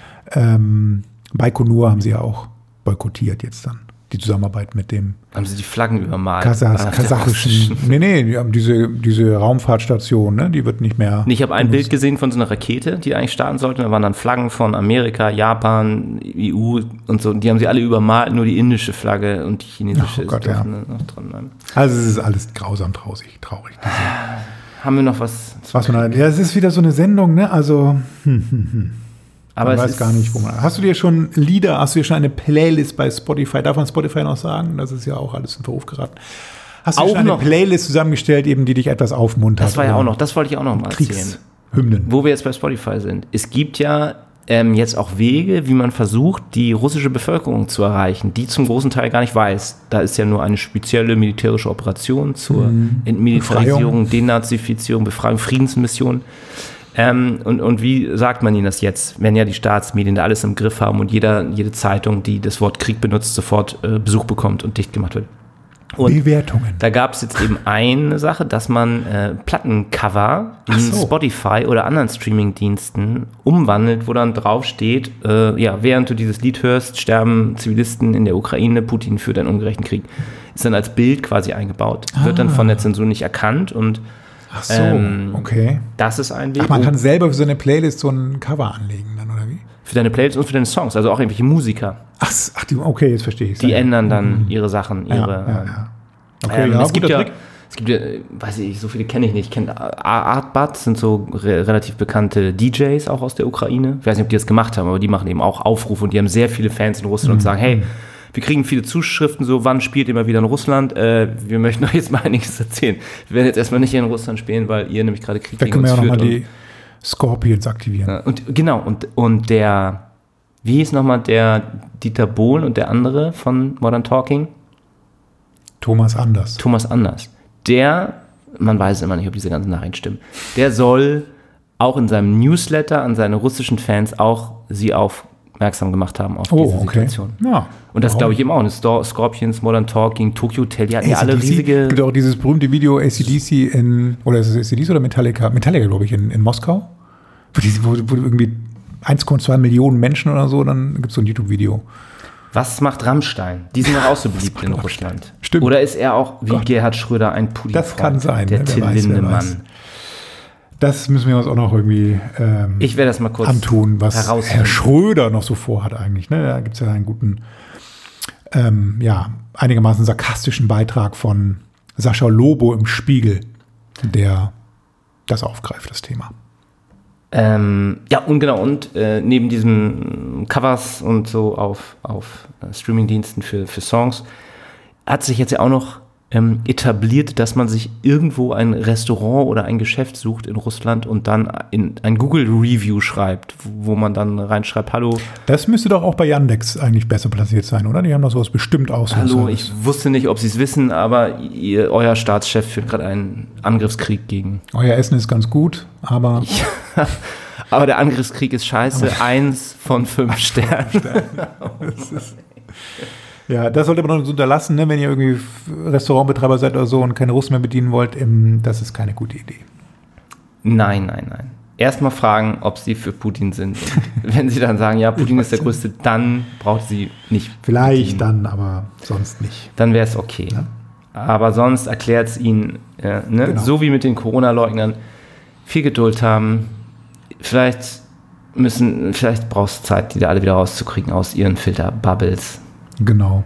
Baikonur haben sie ja auch boykottiert jetzt dann. Die Zusammenarbeit mit dem haben sie die Flaggen übermalt? Kasachischen. Nee, die haben diese Raumfahrtstation, ne, die wird nicht mehr. Ich habe ein Bild gesehen von so einer Rakete, die eigentlich starten sollte. Da waren dann Flaggen von Amerika, Japan, EU und so. Die haben sie alle übermalt, nur die indische Flagge und die chinesische noch dran. Also es ist alles grausam traurig. Haben wir noch was? Es ist wieder so eine Sendung, ne? Also aber ich weiß gar nicht, wo man. Hast du dir schon eine Playlist bei Spotify? Darf man Spotify noch sagen? Das ist ja auch alles in Verruf geraten. Hast du dir schon eine Playlist zusammengestellt, eben, die dich etwas aufmuntert? Das wollte ich auch noch mal erzählen. Kriegshymnen. Wo wir jetzt bei Spotify sind. Es gibt ja jetzt auch Wege, wie man versucht, die russische Bevölkerung zu erreichen, die zum großen Teil gar nicht weiß. Da ist ja nur eine spezielle militärische Operation zur Entmilitarisierung, Denazifizierung, Befreiung, Friedensmission. Und wie sagt man ihnen das jetzt, wenn ja die Staatsmedien da alles im Griff haben und jede Zeitung, die das Wort Krieg benutzt, sofort Besuch bekommt und dicht gemacht wird? Und Bewertungen. Da gab es jetzt eben eine Sache, dass man Plattencover in Spotify oder anderen Streamingdiensten umwandelt, wo dann drauf steht, während du dieses Lied hörst, sterben Zivilisten in der Ukraine, Putin führt einen ungerechten Krieg. Ist dann als Bild quasi eingebaut, wird dann von der Zensur nicht erkannt und ach so, okay. Das ist ein Weg. Ach, man kann selber für so eine Playlist so ein Cover anlegen dann, oder wie? Für deine Playlist und für deine Songs, also auch irgendwelche Musiker. Okay, jetzt verstehe ich. Die ändern dann ihre Sachen, Okay, es gibt ja, weiß ich, so viele kenne ich nicht. Ich kenne Artbat, sind so relativ bekannte DJs auch aus der Ukraine. Ich weiß nicht, ob die das gemacht haben, aber die machen eben auch Aufrufe und die haben sehr viele Fans in Russland und sagen, hey, wir kriegen viele Zuschriften, so, wann spielt ihr mal wieder in Russland? Wir möchten euch jetzt mal einiges erzählen. Wir werden jetzt erstmal nicht hier in Russland spielen, weil ihr nämlich gerade Krieg gegen uns führt. Da können wir ja nochmal die Scorpions aktivieren. Und der, wie hieß nochmal der Dieter Bohlen und der andere von Modern Talking? Thomas Anders. Der, man weiß immer nicht, ob diese ganzen Nachrichten stimmen, der soll auch in seinem Newsletter an seine russischen Fans auch sie aufmerksam gemacht haben auf diese Situation. Ja. Und das glaube ich eben auch. Eine Scorpions, Modern Talking, Tokyo Hotel, die hatten ja alle riesige... Es gibt auch dieses berühmte Video AC/DC oder ist es AC/DC oder Metallica? Metallica, glaube ich, in Moskau. Wo irgendwie 1,2 Millionen Menschen oder so, dann gibt es so ein YouTube-Video. Was macht Rammstein? Die sind doch auch so beliebt in Russland. Stimmt. Oder ist er auch wie Gerhard Schröder ein Putin-Freund? Das kann sein. Der Till Lindemann. Das müssen wir uns auch noch irgendwie ich werde das mal kurz antun, was Herr Schröder noch so vorhat eigentlich. Ne? Da gibt es ja einen guten, einigermaßen sarkastischen Beitrag von Sascha Lobo im Spiegel, der das aufgreift, das Thema. Neben diesen Covers und so auf Streamingdiensten für Songs hat sich jetzt ja auch noch etabliert, dass man sich irgendwo ein Restaurant oder ein Geschäft sucht in Russland und dann in ein Google-Review schreibt, wo man dann reinschreibt, hallo. Das müsste doch auch bei Yandex eigentlich besser platziert sein, oder? Die haben doch sowas bestimmt aus. Hallo, ich wusste nicht, ob Sie es wissen, aber euer Staatschef führt gerade einen Angriffskrieg gegen. Euer Essen ist ganz gut, aber... aber der Angriffskrieg ist scheiße, 1 von 5 Sternen. Ja, das sollte man uns unterlassen, ne? Wenn ihr irgendwie Restaurantbetreiber seid oder so und keine Russen mehr bedienen wollt, das ist keine gute Idee. Nein. Erstmal fragen, ob sie für Putin sind. Und wenn sie dann sagen, ja, Putin ist der Größte, dann braucht sie nicht vielleicht bedienen. Dann, aber sonst nicht. Dann wäre es okay. Ja? Aber sonst erklärt es ihnen, genau. So wie mit den Corona-Leugnern, viel Geduld haben. Vielleicht brauchst du Zeit, die da alle wieder rauszukriegen aus ihren Filterbubbles. Genau.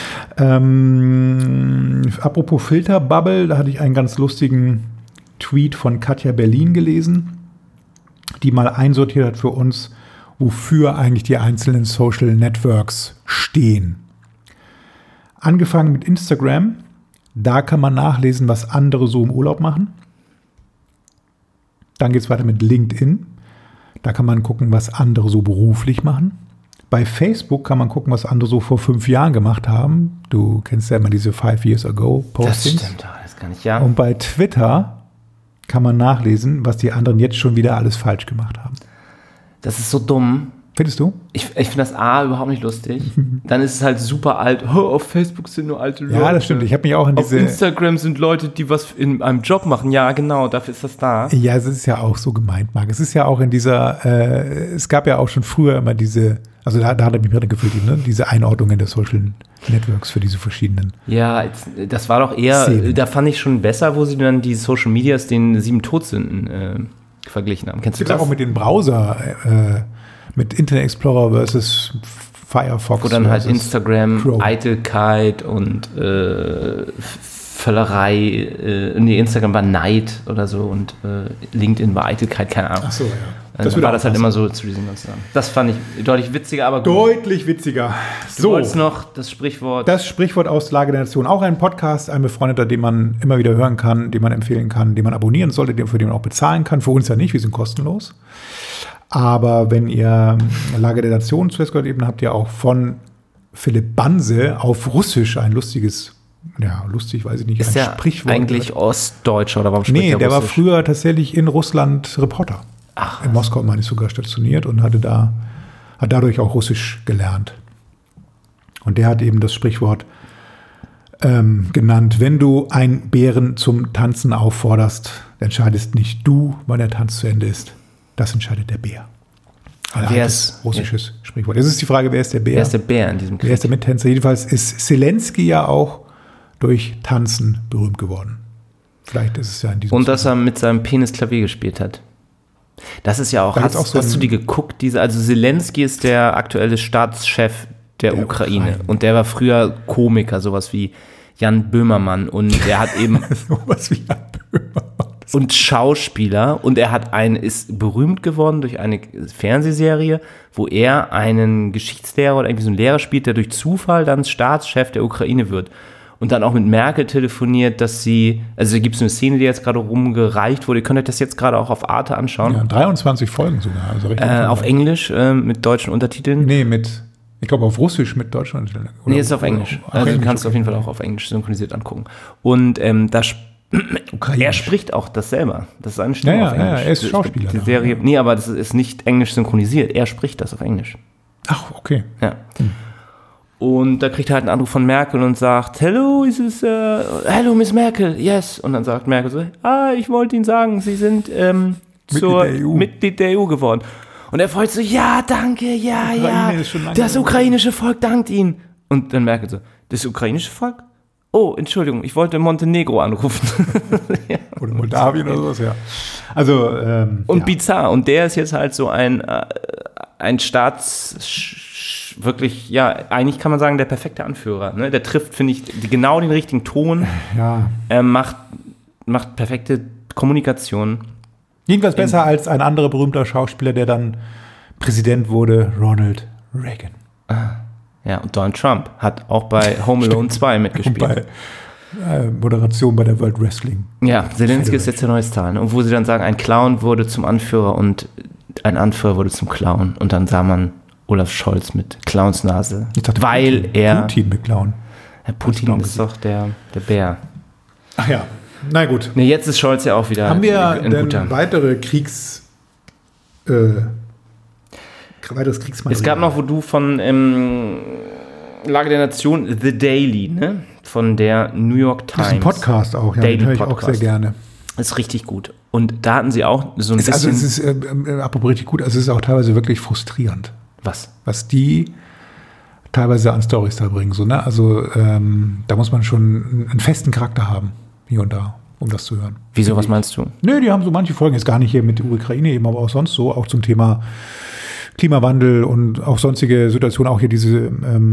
Apropos Filterbubble, da hatte ich einen ganz lustigen Tweet von Katja Berlin gelesen. die mal einsortiert hat für uns, wofür eigentlich die einzelnen Social Networks stehen. Angefangen mit Instagram, da kann man nachlesen, was andere so im Urlaub machen. Dann geht es weiter mit LinkedIn. Da kann man gucken, was andere so beruflich machen. Bei Facebook kann man gucken, was andere so vor 5 Jahren gemacht haben. Du kennst ja immer diese 5 Years Ago Postings. Das stimmt, das kann ich ja. Und bei Twitter kann man nachlesen, was die anderen jetzt schon wieder alles falsch gemacht haben. Das ist so dumm. Findest du? Ich finde das überhaupt nicht lustig. Dann ist es halt super alt. Oh, auf Facebook sind nur alte Leute. Ja, das stimmt. Ich habe mich auch in diese... Auf Instagram sind Leute, die was in einem Job machen. Ja, genau, dafür ist das da. Ja, es ist ja auch so gemeint, Marc. Es ist ja auch in dieser... es gab ja auch schon früher immer diese... Also da hat er mich gerade gefühlt, ne? Diese Einordnungen der Social Networks für diese verschiedenen... Ja, das war doch eher... Szenen. Da fand ich schon besser, wo sie dann die Social Medias den 7 Todsünden verglichen haben. Kennst du das? Auch mit den Browser... mit Internet Explorer versus Firefox. Wo dann halt Instagram, Chrome. Eitelkeit und Völlerei, Instagram war Neid oder so und LinkedIn war Eitelkeit, keine Ahnung. Ach so, ja. Das war das halt immer so zu diesen ganzen Sachen. Das fand ich deutlich witziger, aber gut. Deutlich witziger. Du wolltest noch das Sprichwort. Das Sprichwort aus Lage der Nation. Auch ein Podcast, ein befreundeter, den man immer wieder hören kann, den man empfehlen kann, den man abonnieren sollte, für den man auch bezahlen kann. Für uns ja nicht, wir sind kostenlos. Aber wenn ihr Lage der Nation zuerst gehört, eben habt ihr auch von Philipp Banse auf Russisch ein lustiges, ja, lustig, weiß ich nicht, ist ein der Sprichwort. Eigentlich Ostdeutscher oder warum spricht Nee, der war Russisch? früher tatsächlich in Russland Reporter. Ach, In Moskau, meine ich, sogar stationiert und hat dadurch auch Russisch gelernt. Und der hat eben das Sprichwort genannt: Wenn du einen Bären zum Tanzen aufforderst, entscheidest nicht du, wann der Tanz zu Ende ist. Das entscheidet der Bär. Wer ist russisches Sprichwort. Jetzt ist die Frage, wer ist der Bär? Wer ist der Bär in diesem Krieg? Wer ist der Mittänzer? Jedenfalls ist Zelensky ja auch durch Tanzen berühmt geworden. Vielleicht ist es ja in diesem Und dass er mit seinem Penis Klavier gespielt hat. Das ist ja auch, hast du die geguckt? Also Zelensky ist der aktuelle Staatschef der Ukraine. Und der war früher Komiker, sowas wie Jan Böhmermann. Und der hat eben... sowas wie Jan Böhmermann. Und Schauspieler. Und er ist berühmt geworden durch eine Fernsehserie, wo er einen Geschichtslehrer oder irgendwie so einen Lehrer spielt, der durch Zufall dann Staatschef der Ukraine wird. Und dann auch mit Merkel telefoniert, dass sie, also da gibt es eine Szene, die jetzt gerade rumgereicht wurde. Ihr könnt euch das jetzt gerade auch auf Arte anschauen. Ja, 23 Folgen sogar. Also recht auf Englisch mit deutschen Untertiteln. Nee, ich glaube auf Russisch mit deutschen Untertiteln. Nee, ist auf Englisch. Also du kannst es auf jeden Fall auch auf Englisch synchronisiert angucken. Und er spricht auch das selber. Das ist eine Stimme auf Englisch. Ja, er ist Schauspieler. Die Serie, nee, aber das ist nicht englisch synchronisiert. Er spricht das auf Englisch. Ach, okay. Ja. Und da kriegt er halt einen Anruf von Merkel und sagt, hello, hello, Miss Merkel, yes. Und dann sagt Merkel so, ich wollte Ihnen sagen, Sie sind Mitglied der EU geworden. Und er freut sich, ja, danke, ja. Das ukrainische Volk dankt Ihnen. Und dann Merkel so, das ukrainische Volk? Oh, Entschuldigung, ich wollte Montenegro anrufen. Ja. Oder Moldawien oder sowas, ja. Also, und bizarr. Und der ist jetzt halt so ein wirklich, ja, eigentlich kann man sagen, der perfekte Anführer. Ne? Der trifft, finde ich, genau den richtigen Ton. Ja. Macht perfekte Kommunikation. Jedenfalls besser als ein anderer berühmter Schauspieler, der dann Präsident wurde, Ronald Reagan. Ja, und Donald Trump hat auch bei Home Alone 2 mitgespielt. Und bei Moderation bei der World Wrestling. Ja, Zelensky ist jetzt der neue Star. Ne? Und wo sie dann sagen, ein Clown wurde zum Anführer und ein Anführer wurde zum Clown. Und dann sah man Olaf Scholz mit Clownsnase. Ich dachte, Putin mit Clown. Ja, Putin ist doch der Bär. Ach ja, na gut. Nee, jetzt ist Scholz ja auch wieder Haben wir denn weitere weiteres Kriegsmaterial? Es gab noch, wo du von Lage der Nation, The Daily, ne? Von der New York Times. Das ist ein Podcast auch, ja, Daily den höre ich Podcast. auch sehr gerne. Ist richtig gut. Und da hatten sie auch so ein bisschen... Also es ist, apropos richtig gut, also es ist auch teilweise wirklich frustrierend. Was die teilweise an Storys da bringen. So, ne? Also da muss man schon einen festen Charakter haben, hier und da, um das zu hören. Wieso, was meinst du? Nö, die haben so manche Folgen, jetzt gar nicht hier mit der Ukraine eben, aber auch sonst so, auch zum Thema Klimawandel und auch sonstige Situationen, auch hier diese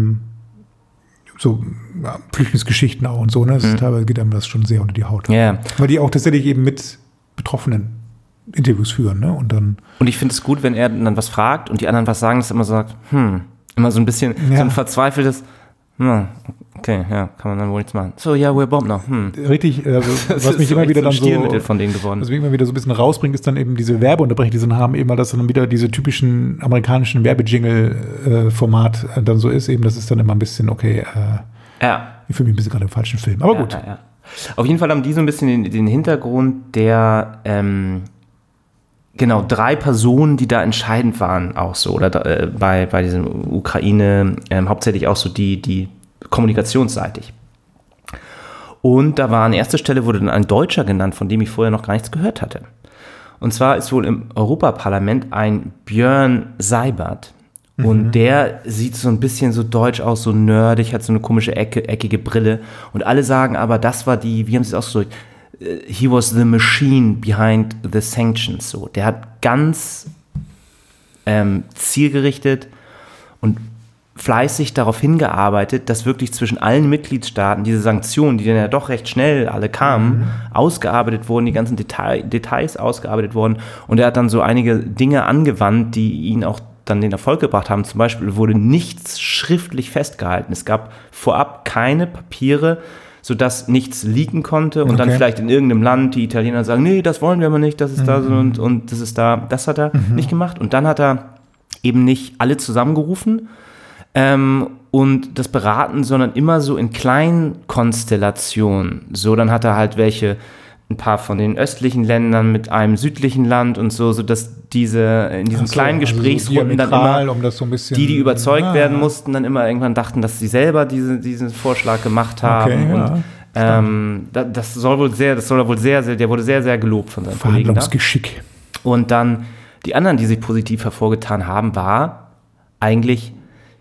Flüchtlingsgeschichten auch und so, ne? Teilweise geht einem das schon sehr unter die Haut. Yeah. Weil die auch tatsächlich eben mit Betroffenen Interviews führen, ne? Und ich finde es gut, wenn er dann was fragt und die anderen was sagen, dass er immer sagt, immer so ein bisschen so ein verzweifeltes, okay, ja, kann man dann wohl nichts machen. So, ja, we're bomb noch. Richtig, was mich immer wieder dann so, Stilmittel von denen geworden. Was mich immer wieder so ein bisschen rausbringt, ist dann eben diese Werbeunterbrechung, die sie haben, eben, weil das dann wieder diese typischen amerikanischen Werbejingle-Format dann so ist, eben, das ist dann immer ein bisschen, okay, ich fühle mich ein bisschen gerade im falschen Film, aber gut. Ja. Auf jeden Fall haben die so ein bisschen den Hintergrund der, 3 Personen, die da entscheidend waren, auch so, oder bei diesem Ukraine, hauptsächlich auch so die kommunikationsseitig. Und da war an erster Stelle, wurde dann ein Deutscher genannt, von dem ich vorher noch gar nichts gehört hatte. Und zwar ist wohl im Europaparlament ein Björn Seibert. Und der sieht so ein bisschen so deutsch aus, so nerdig, hat so eine komische eckige Brille. Und alle sagen aber, das war wie haben sie es ausgedrückt? He was the machine behind the sanctions. So, der hat ganz zielgerichtet und fleißig darauf hingearbeitet, dass wirklich zwischen allen Mitgliedstaaten diese Sanktionen, die dann ja doch recht schnell alle kamen, ausgearbeitet wurden, die ganzen Details ausgearbeitet wurden. Und er hat dann so einige Dinge angewandt, die ihn auch dann den Erfolg gebracht haben. Zum Beispiel wurde nichts schriftlich festgehalten. Es gab vorab keine Papiere, sodass nichts leaken konnte und dann vielleicht in irgendeinem Land die Italiener sagen, nee, das wollen wir aber nicht, das ist da so und das ist da. Das hat er nicht gemacht. Und dann hat er eben nicht alle zusammengerufen und das beraten, sondern immer so in kleinen Konstellationen. So, dann hat er halt ein paar von den östlichen Ländern mit einem südlichen Land und so, dass in diesen kleinen Gesprächsrunden so dann immer, um das so ein bisschen, die überzeugt werden mussten, dann immer irgendwann dachten, dass sie selber diesen Vorschlag gemacht haben. Und das soll wohl sehr, der wurde sehr, sehr gelobt von seinen Kollegen. Verhandlungsgeschick. Und dann die anderen, die sich positiv hervorgetan haben, war eigentlich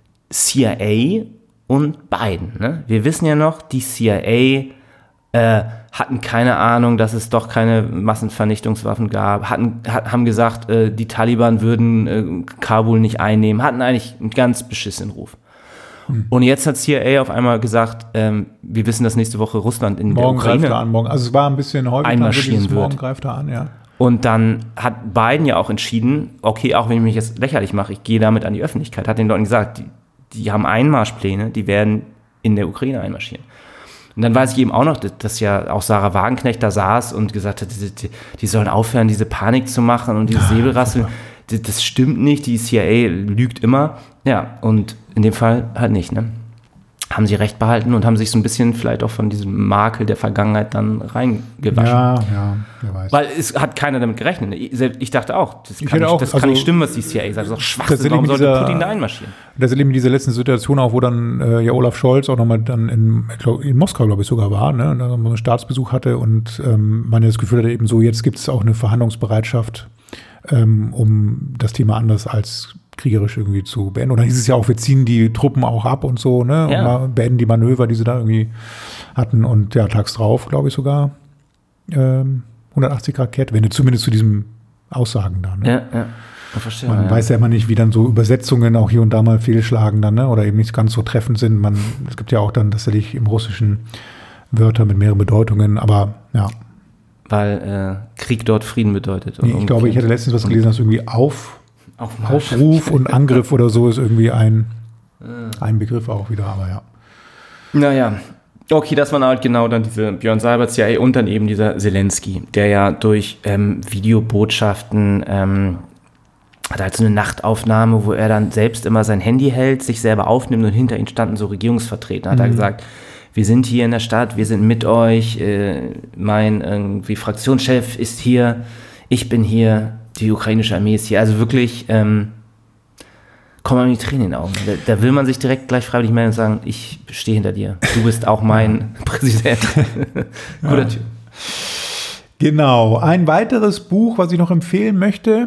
CIA und Biden. Ne? Wir wissen ja noch, die CIA hatten keine Ahnung, dass es doch keine Massenvernichtungswaffen gab, haben gesagt, die Taliban würden Kabul nicht einnehmen, hatten eigentlich einen ganz beschissenen Ruf. Und jetzt hat CIA auf einmal gesagt, wir wissen, dass nächste Woche Russland in der Ukraine greift er an, also es war ein bisschen häufig, einmarschieren wird. Morgen greift er an, ja. Und dann hat Biden ja auch entschieden, okay, auch wenn ich mich jetzt lächerlich mache, ich gehe damit an die Öffentlichkeit, hat den Leuten gesagt, die haben Einmarschpläne, die werden in der Ukraine einmarschieren. Und dann weiß ich eben auch noch, dass ja auch Sarah Wagenknecht da saß und gesagt hat, die sollen aufhören, diese Panik zu machen und dieses Säbelrasseln. Das stimmt nicht, die CIA lügt immer. Ja, und in dem Fall halt nicht, ne? Haben sie recht behalten und haben sich so ein bisschen vielleicht auch von diesem Makel der Vergangenheit dann reingewaschen. Ja, wer weiß. Weil es hat keiner damit gerechnet. Ich dachte auch, das kann nicht stimmen, was die CIA sagt. Das ist doch Schwachsinn, warum sollte Putin da einmarschieren? Das ist eben diese letzten Situation auch, wo dann Olaf Scholz auch nochmal dann in Moskau, glaube ich, sogar war, ne? Und dann einen Staatsbesuch hatte und man das Gefühl hatte eben so, jetzt gibt es auch eine Verhandlungsbereitschaft, um das Thema anders als kriegerisch irgendwie zu beenden. Und dann hieß es ja auch, wir ziehen die Truppen auch ab und so, ne? Und beenden die Manöver, die sie da irgendwie hatten. Und ja, tags drauf, glaube ich sogar, 180 Grad Kehrtwende, zumindest zu diesen Aussagen da. Ne? Ja. Verstehe, man weiß ja immer nicht, wie dann so Übersetzungen auch hier und da mal fehlschlagen dann, ne? Oder eben nicht ganz so treffend sind. Es gibt ja auch dann tatsächlich im Russischen Wörter mit mehreren Bedeutungen, aber ja. Weil Krieg dort Frieden bedeutet. Nee, ich glaube, ich hatte letztens was gelesen, dass irgendwie Aufruf und Angriff oder so ist irgendwie ein Begriff auch wieder, aber ja. Naja, okay, das waren halt genau dann diese Björn Seibert, CIA und dann eben dieser Zelensky, der ja durch Videobotschaften hat halt so eine Nachtaufnahme, wo er dann selbst immer sein Handy hält, sich selber aufnimmt und hinter ihm standen so Regierungsvertreter. Hat er gesagt, wir sind hier in der Stadt, wir sind mit euch, mein irgendwie Fraktionschef ist hier, ich bin hier, die ukrainische Armee ist hier. Also wirklich, kommen mir die Tränen in den Augen. Da will man sich direkt gleich freiwillig melden und sagen, ich stehe hinter dir. Du bist auch mein Präsident. Guter Typ. Genau. Ein weiteres Buch, was ich noch empfehlen möchte,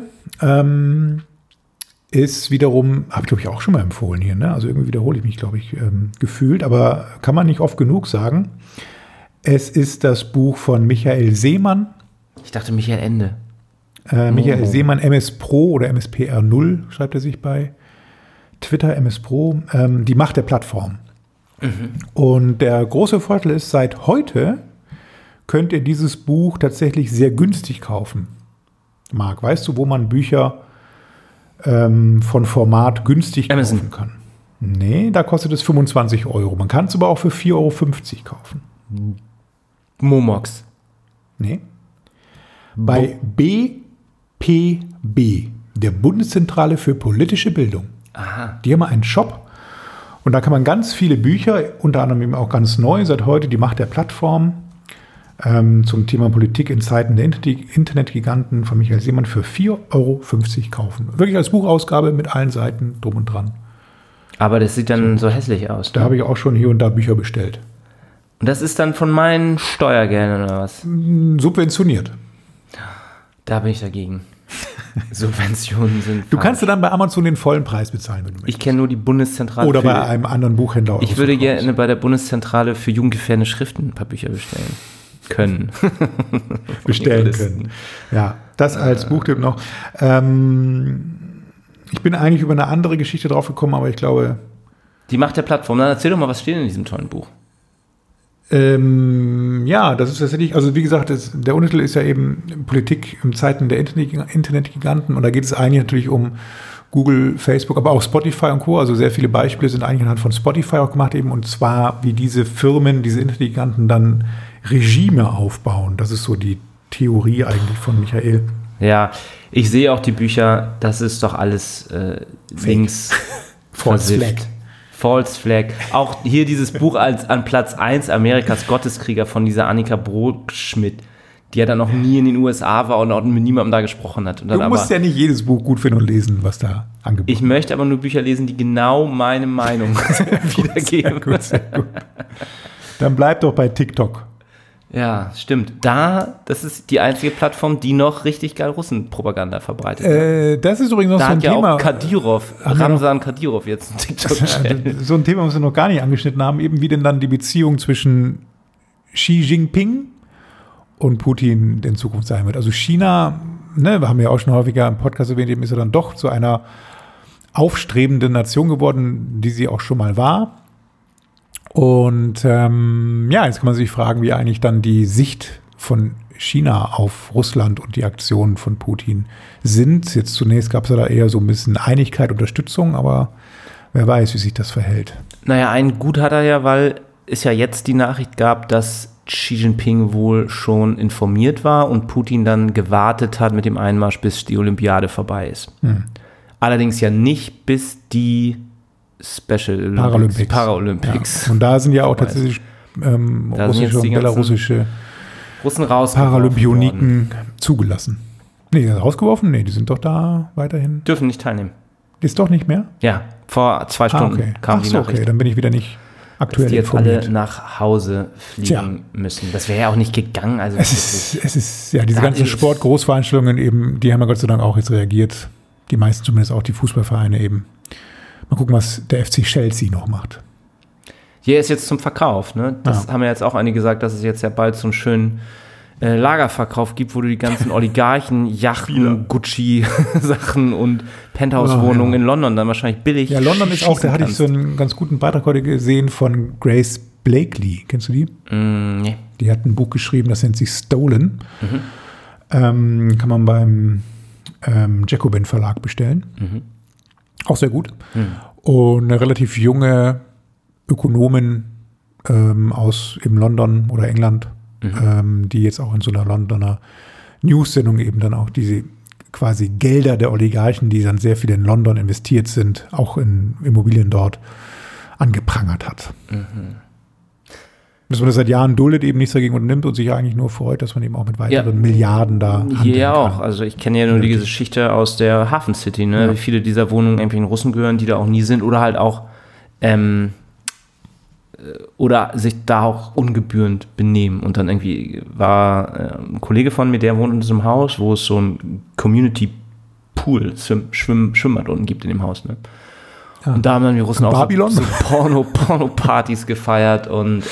ist wiederum, habe ich glaube ich auch schon mal empfohlen hier, ne? Also irgendwie wiederhole ich mich, glaube ich, gefühlt, aber kann man nicht oft genug sagen. Es ist das Buch von Michael Seemann. Ich dachte Michael Ende. Michael Seemann, MS Pro oder MSPR0 schreibt er sich bei Twitter, MS Pro, die Macht der Plattform. Und der große Vorteil ist, seit heute könnt ihr dieses Buch tatsächlich sehr günstig kaufen. mag. Weißt du, wo man Bücher von Format günstig kaufen kann? Nee, da kostet es 25 €. Man kann es aber auch für 4,50 € kaufen. Momox. Nee. Bei BPB, der Bundeszentrale für politische Bildung. Aha. Die haben einen Shop und da kann man ganz viele Bücher, unter anderem eben auch ganz neu, seit heute die Macht der Plattform, zum Thema Politik in Zeiten der Internetgiganten von Michael Seemann für 4,50 € kaufen. Wirklich als Buchausgabe mit allen Seiten drum und dran. Aber das sieht dann so hässlich aus. Da habe ich auch schon hier und da Bücher bestellt. Und das ist dann von meinen Steuergeldern oder was? Subventioniert. Da bin ich dagegen. Subventionen sind Du kannst dir dann bei Amazon den vollen Preis bezahlen, wenn du möchtest. Ich kenne nur die Bundeszentrale. Oder bei einem anderen Buchhändler. Ich würde gerne bei der Bundeszentrale für jugendgefährdende Schriften ein paar Bücher bestellen können. Bestellen können. Ja, das als Buchtipp noch. Ich bin eigentlich über eine andere Geschichte drauf gekommen, aber ich glaube... Die Macht der Plattform. Dann erzähl doch mal, was steht in diesem tollen Buch? Ja, das ist tatsächlich, also wie gesagt, der Untertitel ist ja eben Politik in Zeiten der Internetgiganten und da geht es eigentlich natürlich um Google, Facebook, aber auch Spotify und Co. Also sehr viele Beispiele sind eigentlich anhand von Spotify auch gemacht eben und zwar wie diese Firmen, diese Internetgiganten dann Regime aufbauen. Das ist so die Theorie eigentlich von Michael. Ja, ich sehe auch die Bücher, das ist doch alles links False Flag. False Flag. Auch hier dieses Buch an Platz 1, Amerikas Gotteskrieger von dieser Annika Brockschmidt, die ja dann noch nie in den USA war und auch mit niemandem da gesprochen hat. Und dann du musst ja nicht jedes Buch gut finden und lesen, was da angeboten wird. Ich möchte aber nur Bücher lesen, die genau meine Meinung wiedergeben. Sehr gut. Dann bleib doch bei TikTok. Ja, stimmt. Das ist die einzige Plattform, die noch richtig geil Russenpropaganda verbreitet. Das ist übrigens noch da so ein Thema. Da hat ja auch Ramzan Kadyrov jetzt ein TikTok-Channel. So ein Thema, was wir noch gar nicht angeschnitten haben, eben wie denn dann die Beziehung zwischen Xi Jinping und Putin in Zukunft sein wird. Also China, ne, wir haben ja auch schon häufiger im Podcast erwähnt, eben ist ja dann doch zu einer aufstrebenden Nation geworden, die sie auch schon mal war. Und jetzt kann man sich fragen, wie eigentlich dann die Sicht von China auf Russland und die Aktionen von Putin sind. Jetzt zunächst gab es ja da eher so ein bisschen Einigkeit, Unterstützung, aber wer weiß, wie sich das verhält. Naja, ein Gut hat er ja, weil es ja jetzt die Nachricht gab, dass Xi Jinping wohl schon informiert war und Putin dann gewartet hat mit dem Einmarsch, bis die Olympiade vorbei ist. Allerdings ja nicht, bis die Special Paralympics. Ja. Und da sind ja auch tatsächlich russische und belarussische Russen Paralympioniken zugelassen. Nee, rausgeworfen? Nee, die sind doch da weiterhin. Dürfen nicht teilnehmen. Ist doch nicht mehr? Ja, vor 2 Stunden kam die Nachricht. Okay, dann bin ich wieder nicht aktuell dass die informiert. Jetzt alle nach Hause fliegen müssen. Das wäre ja auch nicht gegangen. Also es ist ja, diese ganzen Sportgroßveranstaltungen eben, die haben ja Gott sei Dank auch jetzt reagiert. Die meisten zumindest auch die Fußballvereine eben. Mal gucken, was der FC Chelsea noch macht. Hier ist jetzt zum Verkauf. Ne? Das haben ja jetzt auch einige gesagt, dass es jetzt ja bald so einen schönen Lagerverkauf gibt, wo du die ganzen Oligarchen, Yachten, Gucci-Sachen und Penthouse-Wohnungen in London dann wahrscheinlich billig. Ja, London ist auch, da hatte ich so einen ganz guten Beitrag heute gesehen von Grace Blakely. Kennst du die? Nee. Die hat ein Buch geschrieben, das nennt sich Stolen. Kann man beim Jacobin Verlag bestellen. Auch sehr gut. Und eine relativ junge Ökonomin aus eben London oder England, die jetzt auch in so einer Londoner News-Sendung eben dann auch diese quasi Gelder der Oligarchen, die dann sehr viel in London investiert sind, auch in Immobilien dort, angeprangert hat. Dass man das seit Jahren duldet, eben nichts dagegen unternimmt und sich eigentlich nur freut, dass man eben auch mit weiteren Milliarden da handeln Hier ja auch. kann. Also ich kenne ja nur die Geschichte aus der Hafen City, ne? Wie viele dieser Wohnungen irgendwelchen Russen gehören, die da auch nie sind oder halt auch oder sich da auch ungebührend benehmen. Und dann irgendwie war ein Kollege von mir, der wohnt in diesem Haus, wo es so ein Community-Pool, Schwimmbad unten gibt in dem Haus. Ne? Ja. Und da haben dann die Russen auch so Porno-Partys gefeiert und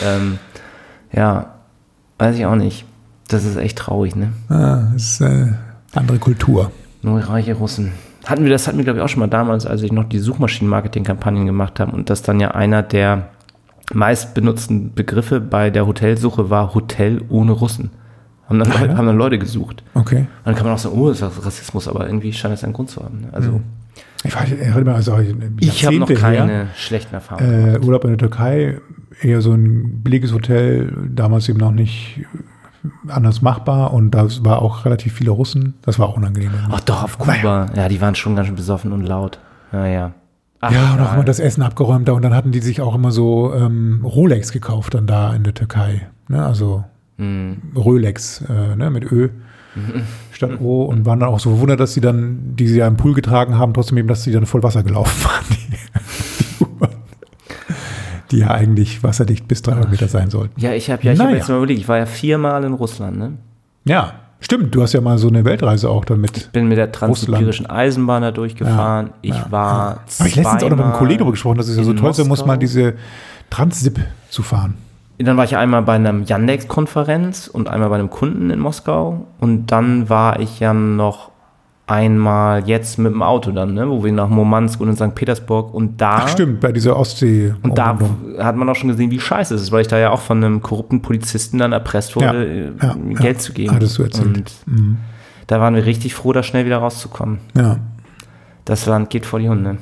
weiß ich auch nicht. Das ist echt traurig, ne? Das ist andere Kultur. Nur reiche Russen. Hatten wir, glaube ich, auch schon mal damals, als ich noch die Suchmaschinen-Marketing-Kampagnen gemacht habe und das dann ja einer der meist benutzten Begriffe bei der Hotelsuche war Hotel ohne Russen. Haben dann Leute gesucht. Okay. Und dann kann man auch sagen, oh, das ist Rassismus, aber irgendwie scheint das einen Grund zu haben. Ne? Also ich habe noch keine schlechten Erfahrungen gemacht. Urlaub in der Türkei, eher so ein billiges Hotel, damals eben noch nicht anders machbar und da war auch relativ viele Russen. Das war auch unangenehm. Ach doch, auf Kuba. Ja, die waren schon ganz schön besoffen und laut. Naja. Und auch immer das Essen abgeräumt da und dann hatten die sich auch immer so Rolex gekauft dann da in der Türkei. Ne? Also Rolex mit Ö statt O und waren dann auch so verwundert, dass die sie ja im Pool getragen haben, trotzdem eben, dass sie dann voll Wasser gelaufen waren. Die ja eigentlich wasserdicht bis 300 Meter sein sollten. Ja, ich habe jetzt mal überlegt, ich war ja 4-mal in Russland, ne? Ja, stimmt. Du hast ja mal so eine Weltreise auch dann mit. Ich bin mit der transsibirischen Eisenbahn da durchgefahren. Habe ich letztens auch noch mit einem Kollegen darüber gesprochen, dass es ja so toll sein muss, mal diese Transsib zu fahren. Dann war ich einmal bei einer Yandex-Konferenz und einmal bei einem Kunden in Moskau. Und dann war ich ja noch einmal jetzt mit dem Auto dann, ne, wo wir nach Murmansk und in St. Petersburg und da... Ach stimmt, bei dieser Ostsee. Und da hat man auch schon gesehen, wie scheiße es ist, weil ich da ja auch von einem korrupten Polizisten dann erpresst wurde, Geld zu geben. Hattest du erzählt. Und da waren wir richtig froh, da schnell wieder rauszukommen. Ja. Das Land geht vor die Hunde.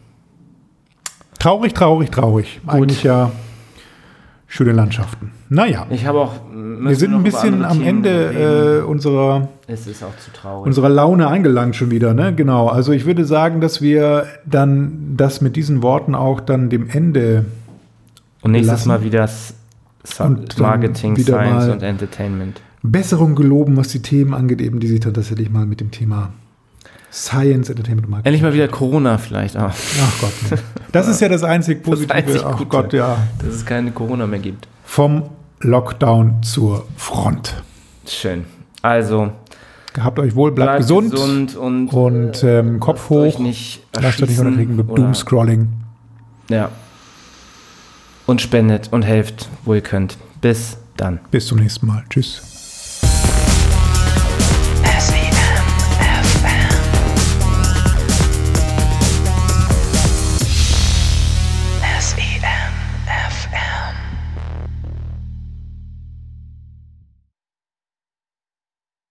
Traurig. Eigentlich ja schöne Landschaften. Naja. Ich habe auch... Wir sind ein bisschen am Ende unserer Laune eingelangt schon wieder, ne? Genau. Also ich würde sagen, dass wir dann das mit diesen Worten auch dann dem Ende und nächstes Mal wieder Marketing, Science und Entertainment. Besserung geloben, was die Themen angeht, eben die sich dann tatsächlich mal mit dem Thema Science, Entertainment und Marketing. Endlich mal wieder Corona vielleicht auch. Ach Gott. Das ist ja das einzig Positive. Ach Gott, ja. Dass es keine Corona mehr gibt. Vom Lockdown zur Front. Schön. Also. Gehabt euch wohl, bleibt gesund und Kopf hoch. Lasst euch nicht unterkriegen mit Doomscrolling. Ja. Und spendet und helft, wo ihr könnt. Bis dann. Bis zum nächsten Mal. Tschüss.